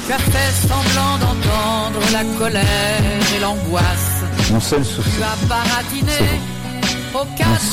Tu as fait semblant d'entendre la colère et l'angoisse. Mon seul souci, tu as baratiné au cas